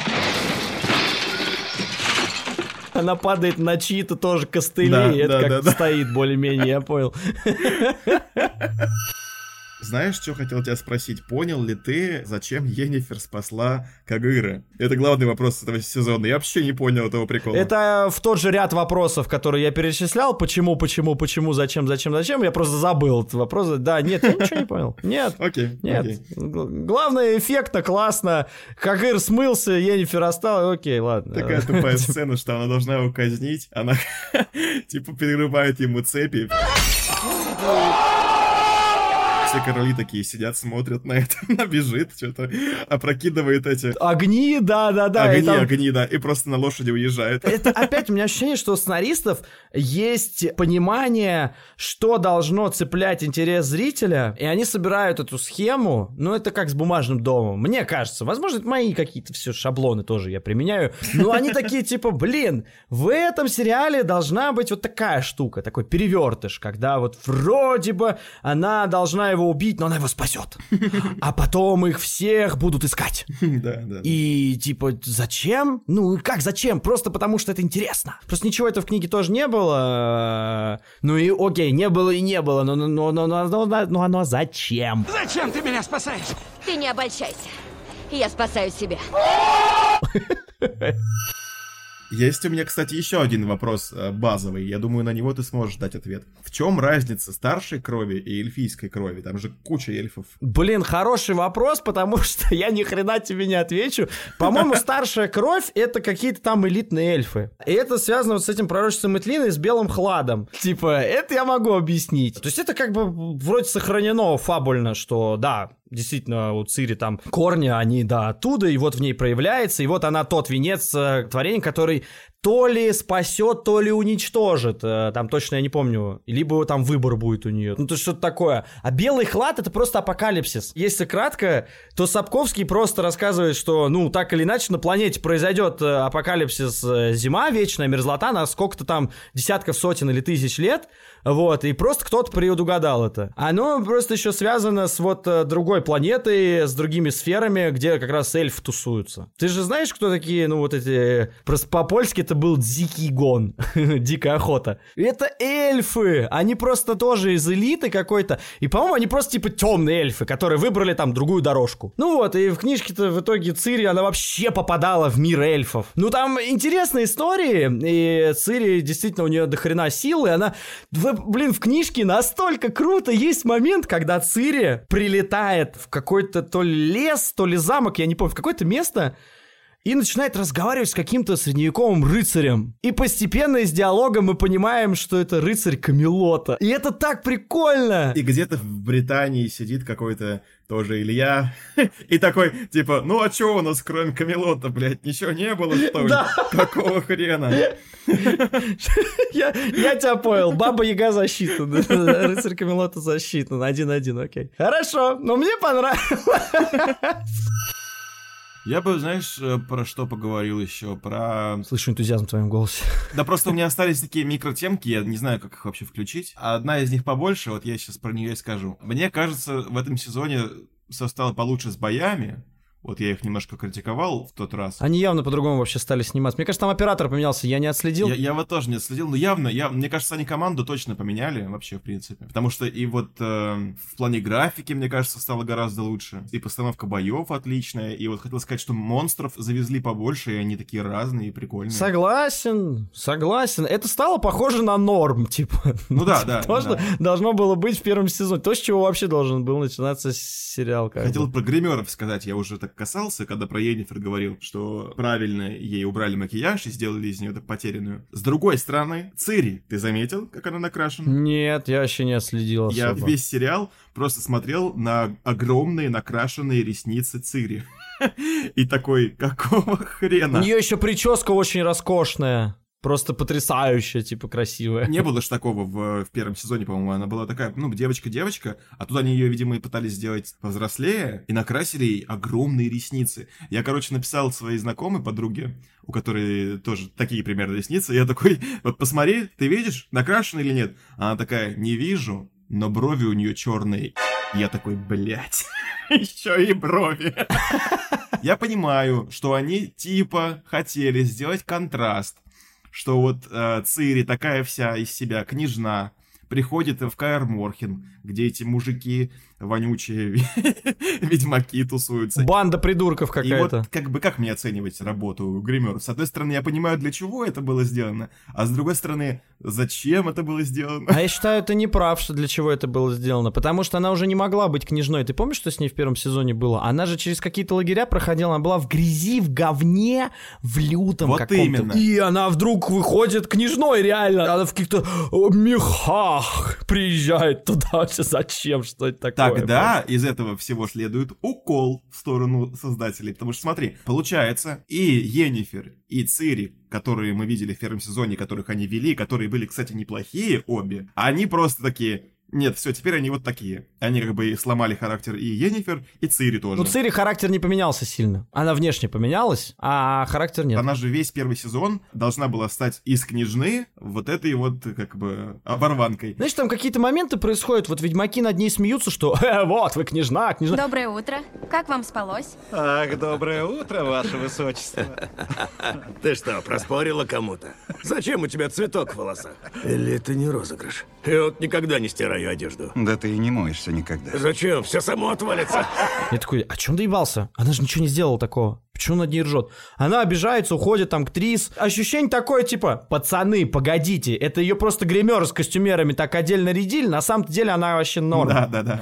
она падает на чьи-то тоже костыли, да, и это да, как-то стоит более-менее, я понял. Знаешь, что хотел тебя спросить? Понял ли ты, зачем Йеннифер спасла Кагыра? Это главный вопрос этого сезона. Я вообще не понял этого прикола. Это в тот же ряд вопросов, которые я перечислял. Почему, зачем? Я просто забыл этот вопрос. Да, нет, я ничего не понял. Нет. Окей. Главное, эффектно, классно. Кагыр смылся, Йеннифер осталась. Окей, ладно. Такая тупая сцена, что она должна его казнить. Она типа перерубает ему цепи. Все короли такие сидят, смотрят на это, она бежит, что-то опрокидывает эти... Огни, да. Огни, да, и просто на лошади уезжает. Это опять у меня ощущение, что у сценаристов есть понимание, что должно цеплять интерес зрителя, и они собирают эту схему, ну, это как с «Бумажным домом», мне кажется. Возможно, это мои какие-то все шаблоны тоже я применяю, но они такие, типа, блин, в этом сериале должна быть вот такая штука, такой перевертыш, когда вот вроде бы она должна его убить, но она его спасет. А потом их всех будут искать. Да. И типа, зачем? Ну, как зачем? Просто потому, что это интересно. Просто ничего этого в книге тоже не было. Ну и окей, не было, но оно зачем? Зачем ты меня спасаешь? Ты не обольщайся. Я спасаю себя. Есть у меня, кстати, еще один вопрос базовый. Я думаю, на него ты сможешь дать ответ. В чем разница старшей крови и эльфийской крови? Там же куча эльфов. Блин, хороший вопрос, потому что я ни хрена тебе не отвечу. По-моему, старшая кровь — это какие-то там элитные эльфы. И это связано вот с этим пророчеством Этлины с белым хладом. Типа, это я могу объяснить. То есть это как бы вроде сохранено фабульно, что да, действительно, у Цири там корни, они, да, оттуда, и вот в ней проявляется, и вот она тот венец творения, который то ли спасет, то ли уничтожит. Там точно я не помню. Либо там выбор будет у нее. Ну, то есть что-то такое. А белый хлад — это просто апокалипсис. Если кратко, то Сапковский просто рассказывает, что, ну, так или иначе, на планете произойдет апокалипсис, зима, вечная мерзлота на сколько-то там десятков, сотен или тысяч лет. Вот, и просто кто-то предугадал это. Оно просто еще связано с вот другой планетой, с другими сферами, где как раз эльфы тусуются. Ты же знаешь, кто такие, ну, вот эти... Просто по-польски это был Дикий Гон. Дикая охота. Это эльфы! Они просто тоже из элиты какой-то. И, по-моему, они просто типа темные эльфы, которые выбрали там другую дорожку. Ну вот, и в книжке-то в итоге Цири, она вообще попадала в мир эльфов. Ну, там интересные истории, и Цири действительно у нее дохрена силы, она... Блин, в книжке настолько круто есть момент, когда Цири прилетает в какой-то то ли лес, то ли замок, я не помню, в какое-то место, и начинает разговаривать с каким-то средневековым рыцарем. И постепенно из диалога мы понимаем, что это рыцарь Камелота. И это так прикольно! И где-то в Британии сидит какой-то тоже Илья. И такой, типа, ну а чё у нас кроме Камелота, блядь, ничего не было, что ли? Какого хрена? Я тебя понял. Баба Яга засчитан. Рыцарь Камелота засчитан. 1-1, окей. Хорошо, но мне понравилось. Я бы, знаешь, про что поговорил еще? Про... Слышу энтузиазм в твоем голосе. Да просто у меня остались такие микротемки, я не знаю, как их вообще включить. Одна из них побольше, вот я сейчас про нее и скажу. Мне кажется, в этом сезоне все стало получше с боями. Вот я их немножко критиковал в тот раз. Они явно по-другому вообще стали сниматься. Мне кажется, там оператор поменялся, я не отследил. Я вот тоже не отследил, но явно, мне кажется, они команду точно поменяли вообще, в принципе. Потому что и вот в плане графики, мне кажется, стало гораздо лучше. И постановка боев отличная. И вот хотел сказать, что монстров завезли побольше, и они такие разные и прикольные. Согласен. Это стало похоже на норм, типа. Ну да. Должно было быть в первом сезоне. То, с чего вообще должен был начинаться сериал. Хотел про гримеров сказать, я уже так касался, когда про Йеннифер говорил, что правильно ей убрали макияж и сделали из нее так потерянную. С другой стороны, Цири, ты заметил, как она накрашена? Нет, я вообще не отследил особо. Я весь сериал просто смотрел на огромные накрашенные ресницы Цири. И такой, какого хрена? У нее еще прическа очень роскошная. Просто потрясающая, типа, красивая. Не было же такого в первом сезоне, по-моему. Она была такая, ну, девочка-девочка, а тут они ее, видимо, и пытались сделать повзрослее, и накрасили ей огромные ресницы. Я, короче, написал своей знакомой подруге, у которой тоже такие примерно ресницы, я такой, вот посмотри, ты видишь, накрашена или нет? Она такая, не вижу, но брови у нее черные. Я такой, блядь, еще и брови. Я понимаю, что они, типа, хотели сделать контраст. Что вот Цири такая вся из себя княжна, приходит в Каэр Морхен, где эти мужики вонючие ведьмаки тусуются. Банда придурков какая-то. И вот как мне оценивать работу гримеров? С одной стороны, я понимаю, для чего это было сделано, а с другой стороны, зачем это было сделано? А я считаю, ты не прав, что для чего это было сделано, потому что она уже не могла быть княжной. Ты помнишь, что с ней в первом сезоне было? Она же через какие-то лагеря проходила, она была в грязи, в говне, в лютом вот каком-то. Именно. И она вдруг выходит княжной, реально. Она в каких-то мехах приезжает туда. Вообще зачем? Что это такое? Тогда из этого всего следует укол в сторону создателей. Потому что, смотри, получается, и Йеннифер, и Цири, которые мы видели в первом сезоне, которых они вели, которые были, кстати, неплохие обе, они просто такие... Нет, все, теперь они вот такие. Они как бы сломали характер и Йеннифер, и Цири тоже. Ну, Цири характер не поменялся сильно. Она внешне поменялась, а характер нет. Она же весь первый сезон должна была стать из княжны вот этой вот как бы оборванкой. Знаешь, там какие-то моменты происходят, вот ведьмаки над ней смеются, что вот, вы княжна. Доброе утро. Как вам спалось? Ах, доброе утро, ваше высочество. Ты что, проспорила кому-то? Зачем у тебя цветок в волосах? Или это не розыгрыш? Я вот никогда не стираю одежду. Да ты и не моешься никогда. Зачем? Все само отвалится. Я такой, о чем доебался? Она же ничего не сделала такого. Почему над ней ржет? Она обижается, уходит там к Трис. Ощущение такое, типа, пацаны, погодите, это ее просто гримеры с костюмерами так отдельно рядили, на самом деле она вообще норм. Да.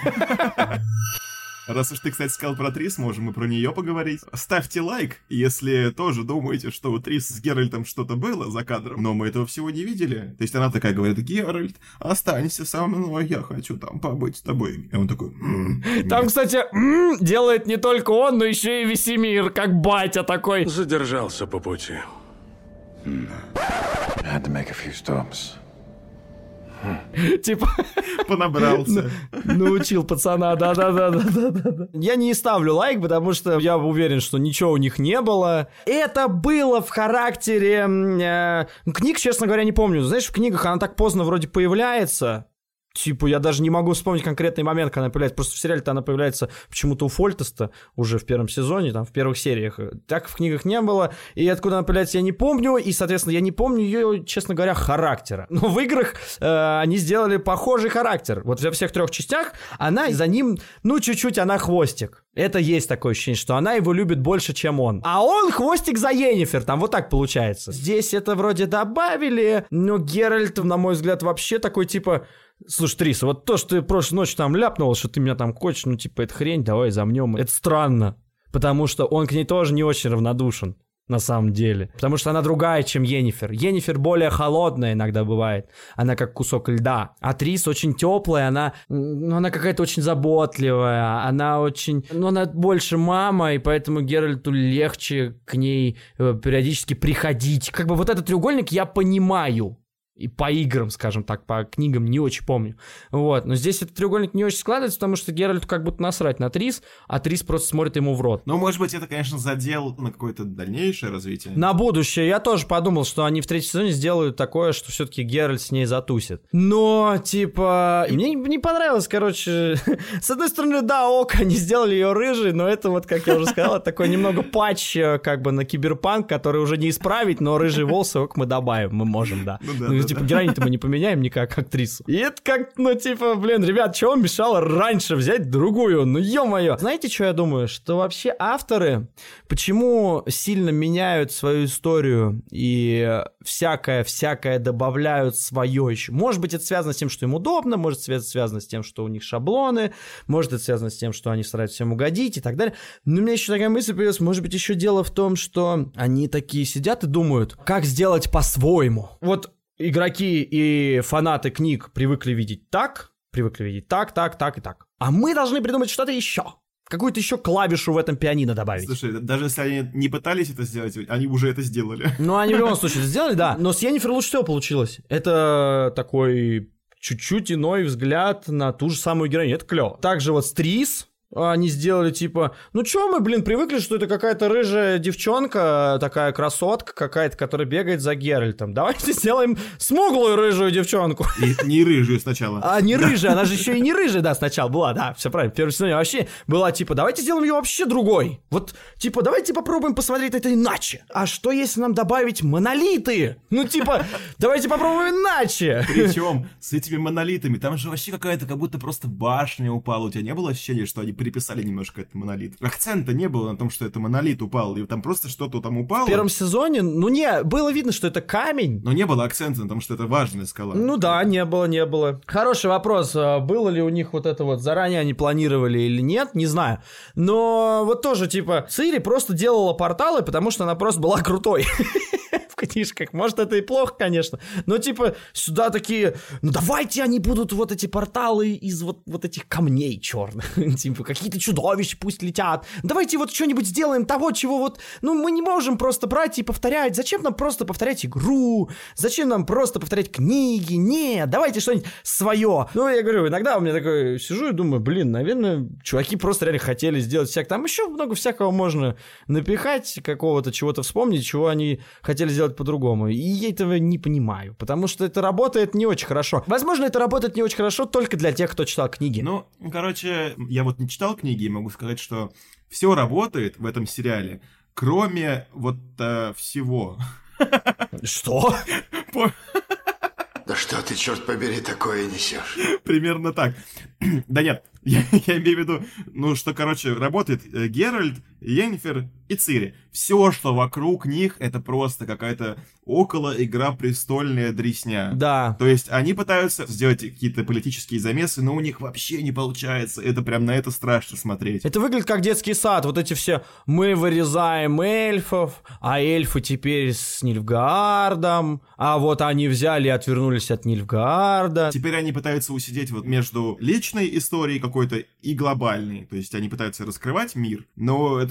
Раз уж ты, кстати, сказал про Трис, можем и про нее поговорить. Ставьте лайк, если тоже думаете, что у Трис с Геральтом что-то было за кадром, но мы этого всего не видели. То есть она такая говорит, Геральт, останься со мной, я хочу там побыть с тобой. И он такой... Там, кстати, делает не только он, но еще и Весемир, как батя такой. Задержался по пути. to make a few stops. Типа... Понабрался. Научил пацана, да-да-да. Я не ставлю лайк, потому что я уверен, что ничего у них не было. Это было в характере... Книг, честно говоря, не помню. Знаешь, в книгах она так поздно вроде появляется... Типа, я даже не могу вспомнить конкретный момент, когда она появляется. Просто в сериале-то она появляется почему-то у Фольтеста уже в первом сезоне, там, в первых сериях. Так в книгах не было. И откуда она появляется, я не помню. И, соответственно, я не помню ее, честно говоря, характера. Но в играх они сделали похожий характер. Вот во всех 3 частях она, и за ним, ну, чуть-чуть она хвостик. Это есть такое ощущение, что она его любит больше, чем он. А он хвостик за Йеннифер, там вот так получается. Здесь это вроде добавили, но Геральт, на мой взгляд, вообще такой, типа... Слушай, Трис, вот то, что ты прошлой ночью там ляпнула, что ты меня там хочешь, ну, типа, это хрень, давай замнем. Это странно, потому что он к ней тоже не очень равнодушен, на самом деле. Потому что она другая, чем Йеннифер. Йеннифер более холодная иногда бывает. Она как кусок льда. А Трис очень теплая, она какая-то очень заботливая, она очень... Ну, она больше мама, и поэтому Геральту легче к ней периодически приходить. Как бы вот этот треугольник я понимаю. И по играм, скажем так, по книгам не очень помню. Вот. Но здесь этот треугольник не очень складывается, потому что Геральту как будто насрать на Трис, а Трис просто смотрит ему в рот. Ну, может быть, это, конечно, задел на какое-то дальнейшее развитие. На будущее. Я тоже подумал, что они в 3-м сезоне сделают такое, что все-таки Геральт с ней затусит. Но, типа... Мне не понравилось, короче... С одной стороны, да, ок, они сделали ее рыжей, но это вот, как я уже сказал, такой немного патч как бы на киберпанк, который уже не исправить, но рыжие волосы ок мы добавим, мы можем, да. Типа, героиню-то мы не поменяем никак, как актрису. И это как, ну, типа, блин, ребят, чего вам мешало раньше взять другую? Ну, ё-моё. Знаете, что я думаю? Что вообще авторы, почему сильно меняют свою историю и всякое добавляют свое еще? Может быть, это связано с тем, что им удобно, может, это связано с тем, что у них шаблоны, может, это связано с тем, что они стараются всем угодить и так далее. Но у меня еще такая мысль появилась, может быть, еще дело в том, что они такие сидят и думают, как сделать по-своему. Вот игроки и фанаты книг привыкли видеть так, и так. А мы должны придумать что-то еще. Какую-то еще клавишу в этом пианино добавить. Слушай, даже если они не пытались это сделать, они уже это сделали. Ну, они в любом случае это сделали, да. Но с Йеннифер лучше всего получилось. Это такой чуть-чуть иной взгляд на ту же самую героиню. Это клево. Также вот с Трис... Они сделали типа, ну чё мы, блин, привыкли, что это какая-то рыжая девчонка, такая красотка какая-то, которая бегает за Геральтом. Давайте сделаем смуглую рыжую девчонку. И не рыжую сначала. А, не рыжая, она же еще и не рыжая, да, сначала была, да, все правильно. В первом сезоне вообще была типа, давайте сделаем ее вообще другой. Вот, типа, давайте попробуем посмотреть это иначе. А что если нам добавить монолиты? Ну, типа, давайте попробуем иначе. Причем с этими монолитами, там же вообще какая-то, как будто просто башня упала. У тебя не было ощущения, что они переписали немножко этот монолит? Акцента не было на том, что это монолит упал, и там просто что-то там упало. В первом сезоне, ну не, было видно, что это камень. Но не было акцента на том, что это важная скала. Ну да, не было. Хороший вопрос, было ли у них вот это вот, заранее они планировали или нет, не знаю. Но вот тоже, типа, Цири просто делала порталы, потому что она просто была крутой. В книжках. Может, это и плохо, конечно. Но, типа, сюда такие, ну, давайте они будут вот эти порталы из вот этих камней черных. Типа, какие-то чудовища пусть летят. Давайте вот что-нибудь сделаем того, чего вот... Ну, мы не можем просто брать и повторять. Зачем нам просто повторять игру? Зачем нам просто повторять книги? Нет, давайте что-нибудь свое. Ну, я говорю, иногда у меня такой сижу и думаю, блин, наверное, чуваки просто реально хотели сделать всякое. Там еще много всякого можно напихать, какого-то чего-то вспомнить, чего они хотели сделать по-другому. И я этого не понимаю, потому что это работает не очень хорошо. Возможно, это работает не очень хорошо только для тех, кто читал книги. Ну, короче, я вот не читал книги и могу сказать, что все работает в этом сериале, кроме вот всего. Что? Да что ты, черт побери, такое несешь? Примерно так. Да нет, я имею в виду, ну, что, короче, работает Геральт, Йеннифер и Цири. Все, что вокруг них, это просто какая-то около Игра престольная дресня. Да. То есть они пытаются сделать какие-то политические замесы, но у них вообще не получается. Это прям на это страшно смотреть. Это выглядит как детский сад. Вот эти все, мы вырезаем эльфов, а эльфы теперь с Нильфгаардом, а вот они взяли и отвернулись от Нильфгаарда. Теперь они пытаются усидеть вот между личной историей какой-то и глобальной. То есть они пытаются раскрывать мир, но это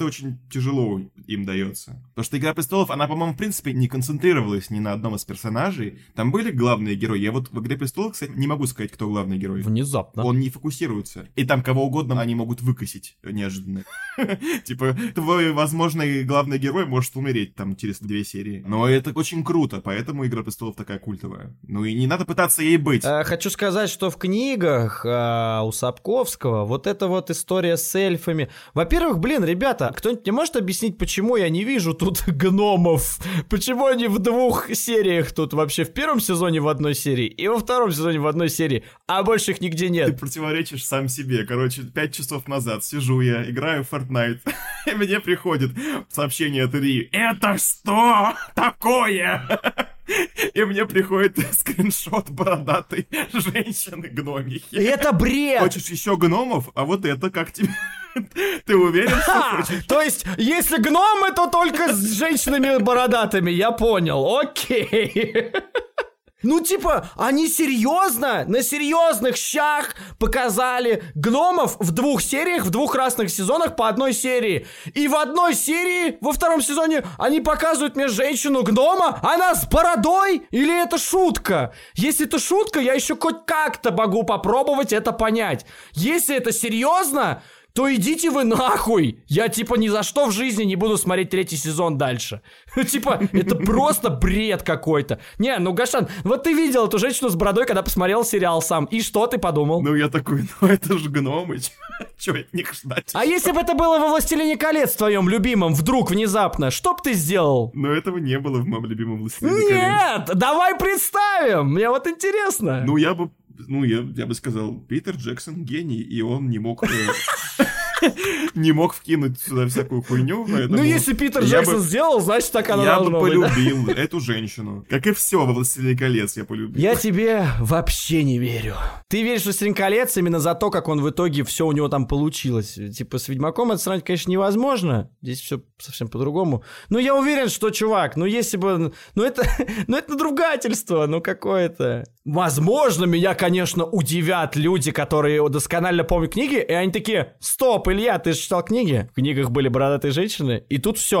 очень тяжело им дается. Потому что «Игра престолов», она, по-моему, в принципе, не концентрировалась ни на одном из персонажей. Там были главные герои. Я вот в «Игре престолов», кстати, не могу сказать, кто главный герой. Внезапно. Он не фокусируется. И там кого угодно они могут выкосить неожиданно. Типа, твой, возможный главный герой может умереть там через 2 серии. Но это очень круто, поэтому «Игра престолов» такая культовая. Ну и не надо пытаться ей быть. Хочу сказать, что в книгах у Сапковского вот эта вот история с эльфами. Во-первых, ребята, кто-нибудь мне может объяснить, почему я не вижу тут гномов? Почему они в 2 сериях тут вообще? В 1 сезоне в 1 серии и во 2 сезоне в 1 серии, а больше их нигде нет. Ты противоречишь сам себе. Короче, 5 часов назад сижу я, играю в Fortnite, и мне приходит сообщение от Ильи. Это что такое? И мне приходит скриншот бородатой женщины-гномихи. Это бред! Хочешь еще гномов? А вот это как тебе? Ты уверен, что хочешь? То есть, если гномы, то только с женщинами бородатыми, я понял, окей. Ну, типа, они серьезно, на серьезных щах показали гномов в 2 сериях, в 2 разных сезонах по 1 серии. И в 1 серии, во 2 сезоне, они показывают мне женщину-гнома, она с бородой? Или это шутка? Если это шутка, я еще хоть как-то могу попробовать это понять. Если это серьезно, то идите вы нахуй! Я, типа, ни за что в жизни не буду смотреть 3 сезон дальше. Типа, это просто бред какой-то. Не, ну, Гошан, вот ты видел эту женщину с бородой, когда посмотрел сериал сам. И что ты подумал? Ну, я такой, ну, это же гномы. Чего от них ждать? А если бы это было во «Властелине колец» твоем любимом, вдруг, внезапно, что бы ты сделал? Но этого не было в моем любимом «Властелине колец». Нет! Давай представим! Мне вот интересно. Ну, я бы сказал, Питер Джексон гений, и он не мог... не мог вкинуть сюда всякую хуйню. Ну, если Питер Джексон сделал, значит, так оно должно быть. Я бы полюбил эту женщину. Как и все во «Властелине колец» я полюбил. Я тебе вообще не верю. Ты веришь в «Властелин колец» именно за то, как он в итоге все у него там получилось. Типа, с «Ведьмаком» это сравнить, конечно, невозможно. Здесь все совсем по-другому. Но я уверен, что, чувак, если бы... это надругательство, какое-то. Возможно, меня, конечно, удивят люди, которые досконально помнят книги, и они такие: стоп, Илья, ты же читал книги? В книгах были бородатые женщины, и тут все,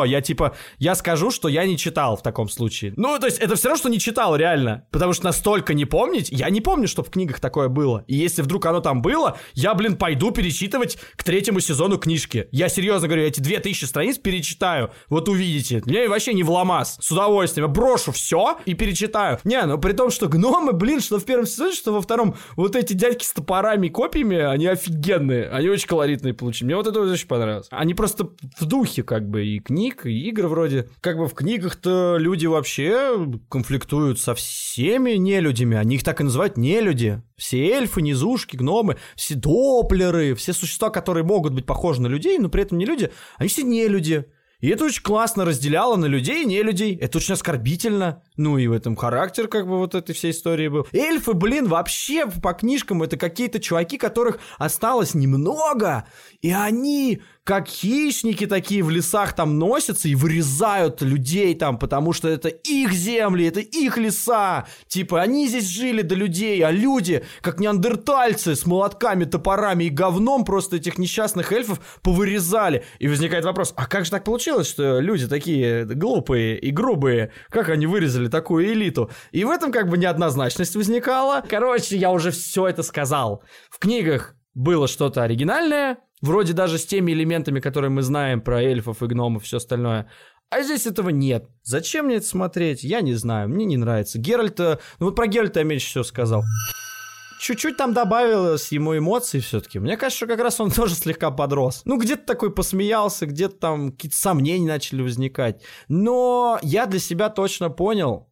я скажу, что я не читал в таком случае. Ну, то есть, это все равно, что не читал, реально. Потому что настолько не помнить, я не помню, что в книгах такое было. И если вдруг оно там было, я, пойду перечитывать к 3 сезону книжки. Я серьезно говорю, эти 2000 страниц перечитаю. Вот увидите. Мне вообще не вломас. С удовольствием. Я брошу все и перечитаю. При том, что гномы, что в 1 сезоне, что во 2, вот эти дядьки с топорами и копьями, они офигенные. Они очень колоритные получились. Мне вот это очень понравилось. Они просто в духе, и книг, и игр вроде. В книгах-то люди вообще конфликтуют со всеми нелюдями. Они их так и называют нелюди. Все эльфы, низушки, гномы, все доплеры, все существа, которые могут быть похожи на людей, но при этом не люди, они все нелюди. И это очень классно разделяло на людей и нелюдей. Это очень оскорбительно. Ну и в этом характер вот этой всей истории был. Эльфы, вообще по книжкам это какие-то чуваки, которых осталось немного. И они, как хищники такие, в лесах там носятся и вырезают людей там, потому что это их земли, это их леса. Типа, они здесь жили до людей, а люди, как неандертальцы, с молотками, топорами и говном просто этих несчастных эльфов повырезали. И возникает вопрос, а как же так получилось, что люди такие глупые и грубые, как они вырезали такую элиту? И в этом неоднозначность возникала. Короче, я уже все это сказал. В книгах было что-то оригинальное, вроде даже с теми элементами, которые мы знаем про эльфов и гномов и все остальное. А здесь этого нет. Зачем мне это смотреть? Я не знаю, мне не нравится. Геральта... про Геральта я меньше всего сказал. Чуть-чуть там добавилось ему эмоций все-таки. Мне кажется, что как раз он тоже слегка подрос. Где-то такой посмеялся, где-то там какие-то сомнения начали возникать. Но я для себя точно понял,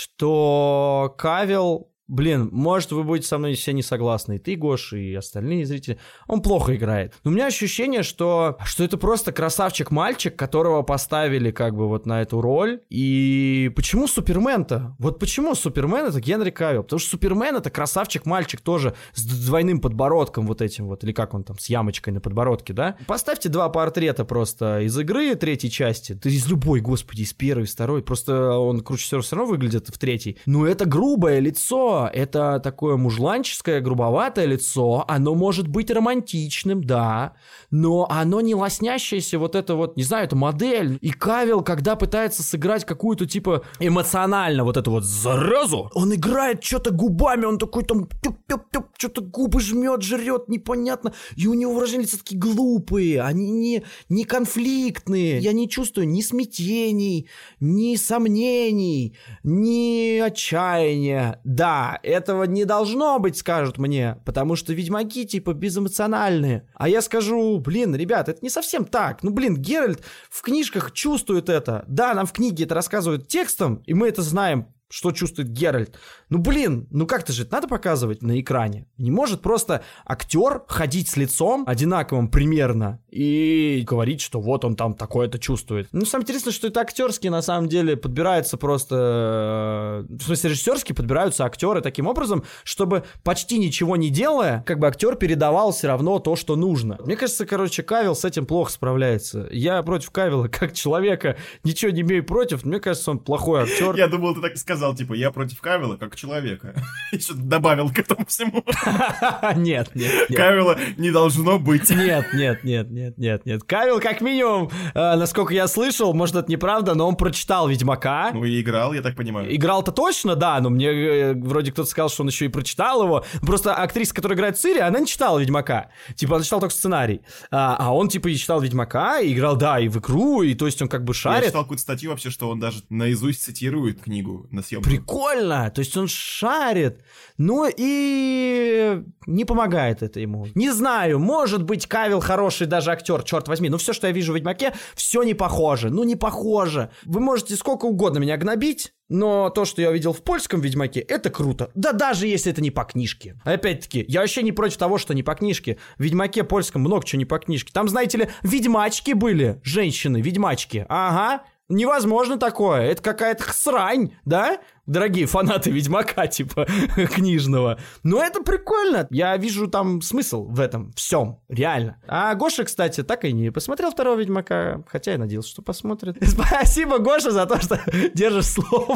что Кавилл... может, вы будете со мной все не согласны, и ты, Гоша, и остальные зрители. Он плохо играет. Но у меня ощущение, что это просто красавчик-мальчик, которого поставили на эту роль. И почему Супермен-то? Почему Супермен — это Генри Кавилл? Потому что Супермен — это красавчик-мальчик тоже с двойным подбородком этим или как он там, с ямочкой на подбородке, да? Поставьте 2 портрета просто из игры 3 части. Да из любой, господи, из 1, из 2. Просто он круче всего все равно выглядит в 3. Это грубое лицо. лицо — это такое мужланческое, грубоватое лицо, оно может быть романтичным, да, но оно не лоснящееся, вот это вот, не знаю, это модель. И Кавилл, когда пытается сыграть какую-то, типа, эмоционально вот эту вот заразу, он играет что-то губами, он такой там тюп-тюп-тюп, что-то губы жрет, непонятно, и у него выражения лица такие глупые, они не конфликтные, я не чувствую ни смятений, ни сомнений, ни отчаяния. Да, этого не должно быть, скажут мне, потому что ведьмаки, типа, безэмоциональные. А я скажу, блин, ребят, это не совсем так. Ну, блин, Геральт в книжках чувствует это. Да, нам в книге это рассказывают текстом, и мы это знаем, что чувствует Геральт. Ну, блин, ну как-то же это надо показывать на экране. Не может просто актер ходить с лицом одинаковым примерно и говорить, что вот он там такое-то чувствует. Ну, самое интересное, что это актерские на самом деле подбираются просто... В смысле, режиссерские подбираются актеры таким образом, чтобы почти ничего не делая, как бы актер передавал все равно то, что нужно. Мне кажется, короче, Кавилл с этим плохо справляется. Я против Кавилла как человека ничего не имею против. Мне кажется, он плохой актер. Я думал, ты так и сказал. Типа, я против Кавилла как человека. Еще добавил к этому всему. Нет. Кавилла не должно быть. Нет. Кавилл, как минимум, насколько я слышал, может, это неправда, но он прочитал «Ведьмака». Ну и играл, я так понимаю. Играл-то точно, да, но мне вроде кто-то сказал, что он еще и прочитал его. Просто актриса, которая играет Цири, она не читала «Ведьмака». Типа, она читала только сценарий. А он, типа, и читал «Ведьмака», и играл, да, и в игру, и то есть он как бы шарит. Я читал какую-то статью вообще, что он даже наизусть цитирует книгу на съемках. Прикольно, то есть он шарит, ну и не помогает это ему. Не знаю, может быть, Кавилл хороший даже актер, черт возьми, но все, что я вижу в «Ведьмаке», все не похоже, не похоже. Вы можете сколько угодно меня гнобить, но то, что я видел в польском «Ведьмаке», это круто. Да даже если это не по книжке. Опять-таки, я вообще не против того, что не по книжке. В «Ведьмаке» польском много чего не по книжке. Там, знаете ли, ведьмачки были, женщины, ведьмачки. Ага. Невозможно такое, это какая-то срань, да? Дорогие фанаты «Ведьмака», типа, книжного. Но это прикольно, я вижу там смысл в этом всем, реально. А Гоша, кстати, так и не посмотрел второго «Ведьмака», хотя я надеялся, что посмотрит. Спасибо, Гоша, за то, что держишь слово.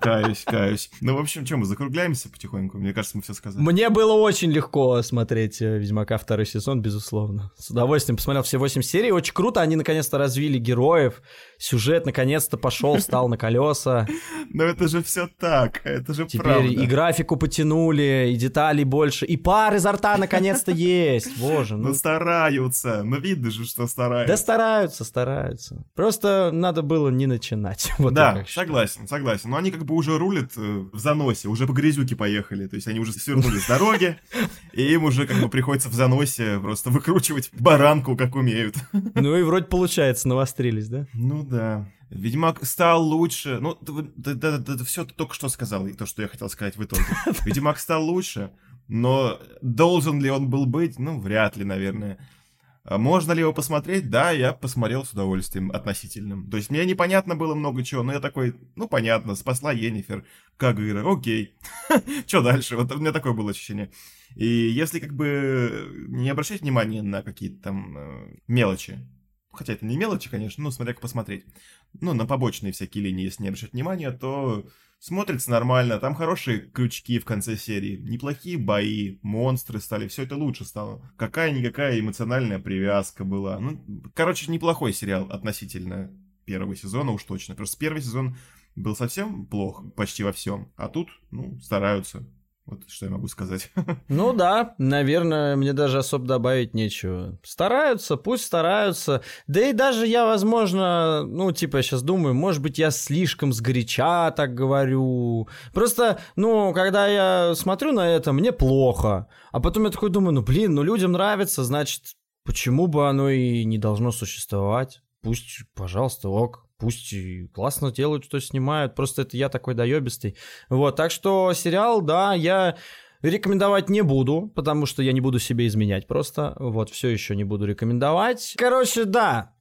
Каюсь. Ну, в общем, что, мы закругляемся потихоньку? Мне кажется, мы все сказали. Мне было очень легко смотреть «Ведьмака» второй сезон, безусловно. С удовольствием посмотрел все 8 серий, очень круто, они наконец-то развили героев, сюжет наконец-то пошел, встал на колеса. Но это же все так, это же теперь правда. И графику потянули, и деталей больше, и пар изо рта наконец-то есть, боже. Ну стараются, видно же, что стараются. Да стараются. Просто надо было не начинать. Вот да, согласен. Но они как бы уже рулят в заносе, уже по грязюке поехали, то есть они уже свернули с дороги, и им уже как бы приходится в заносе просто выкручивать баранку, как умеют. Ну и вроде получается, навострились, да? Ну да. Ведьмак стал лучше. Ну, это все ты только что сказал, и то, что я хотел сказать в итоге. Ведьмак стал лучше, но должен ли он был быть? Ну, вряд ли, наверное. Можно ли его посмотреть? Да, я посмотрел с удовольствием относительным. То есть мне непонятно было много чего, но я такой, ну, понятно, спасла Йеннифер, Кагыра, окей. Что дальше? Вот у меня такое было ощущение. И если как бы не обращать внимания на какие-то там мелочи, хотя это не мелочи, конечно, но смотря как посмотреть. Ну, на побочные всякие линии, если не обращать внимания, то смотрится нормально. Там хорошие крючки в конце серии, неплохие бои, монстры стали, все это лучше стало. Какая-никакая эмоциональная привязка была. Ну, короче, неплохой сериал относительно первого сезона уж точно. Просто первый сезон был совсем плох почти во всем, а тут, ну, стараются. Вот что я могу сказать. Ну да, наверное, мне даже особо добавить нечего. Стараются, пусть стараются. Да и даже я, возможно, ну, типа, я сейчас думаю, может быть, я слишком сгоряча так говорю. Просто, ну, когда я смотрю на это, мне плохо. А потом я такой думаю, ну, блин, ну, людям нравится, значит, почему бы оно и не должно существовать? Пусть, пожалуйста, ок. Пусть и классно делают, что снимают, просто это я такой доебистый. Вот, так что сериал, да, я рекомендовать не буду, потому что я не буду себе изменять просто. Вот, все еще не буду рекомендовать. Короче, да,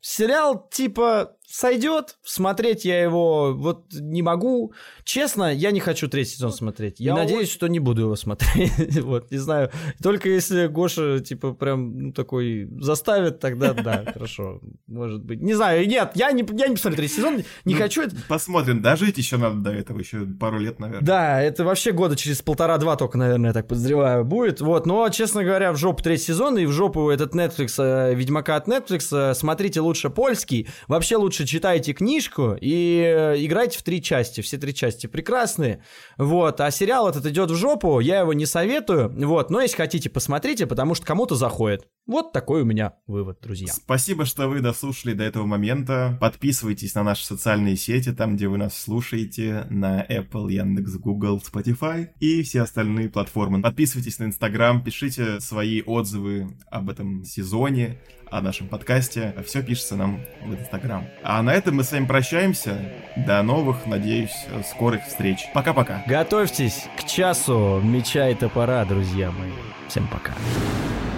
Сериал, типа, сойдет, смотреть я его вот не могу. Честно, я не хочу 3-й сезон смотреть. Я надеюсь, что не буду его смотреть. Вот, не знаю. Только если Гоша, типа, прям, такой заставит, тогда да, хорошо. Может быть. Не знаю, нет, я не посмотрю 3-й сезон, не хочу. Посмотрим, дожить еще надо до этого, еще пару лет, наверное. Да, это вообще года через 1,5-2 только, наверное, я так подозреваю, будет. Вот, но, честно говоря, в жопу 3-й сезон и в жопу этот Netflix, Ведьмака от Netflix, смотрите лучше польский, вообще лучше читайте книжку и играйте в 3 части. Все 3 части прекрасные. Вот. А сериал этот идет в жопу. Я его не советую. Вот. Но если хотите, посмотрите, потому что кому-то заходит. Вот такой у меня вывод, друзья. Спасибо, что вы дослушали до этого момента. Подписывайтесь на наши социальные сети, там, где вы нас слушаете, на Apple, Яндекс, Google, Spotify и все остальные платформы. Подписывайтесь на Instagram, пишите свои отзывы об этом сезоне, о нашем подкасте. Все пишется нам в Инстаграм. А на этом мы с вами прощаемся. До новых, надеюсь, скорых встреч. Пока-пока. Готовьтесь к часу меча и топора, друзья мои. Всем пока.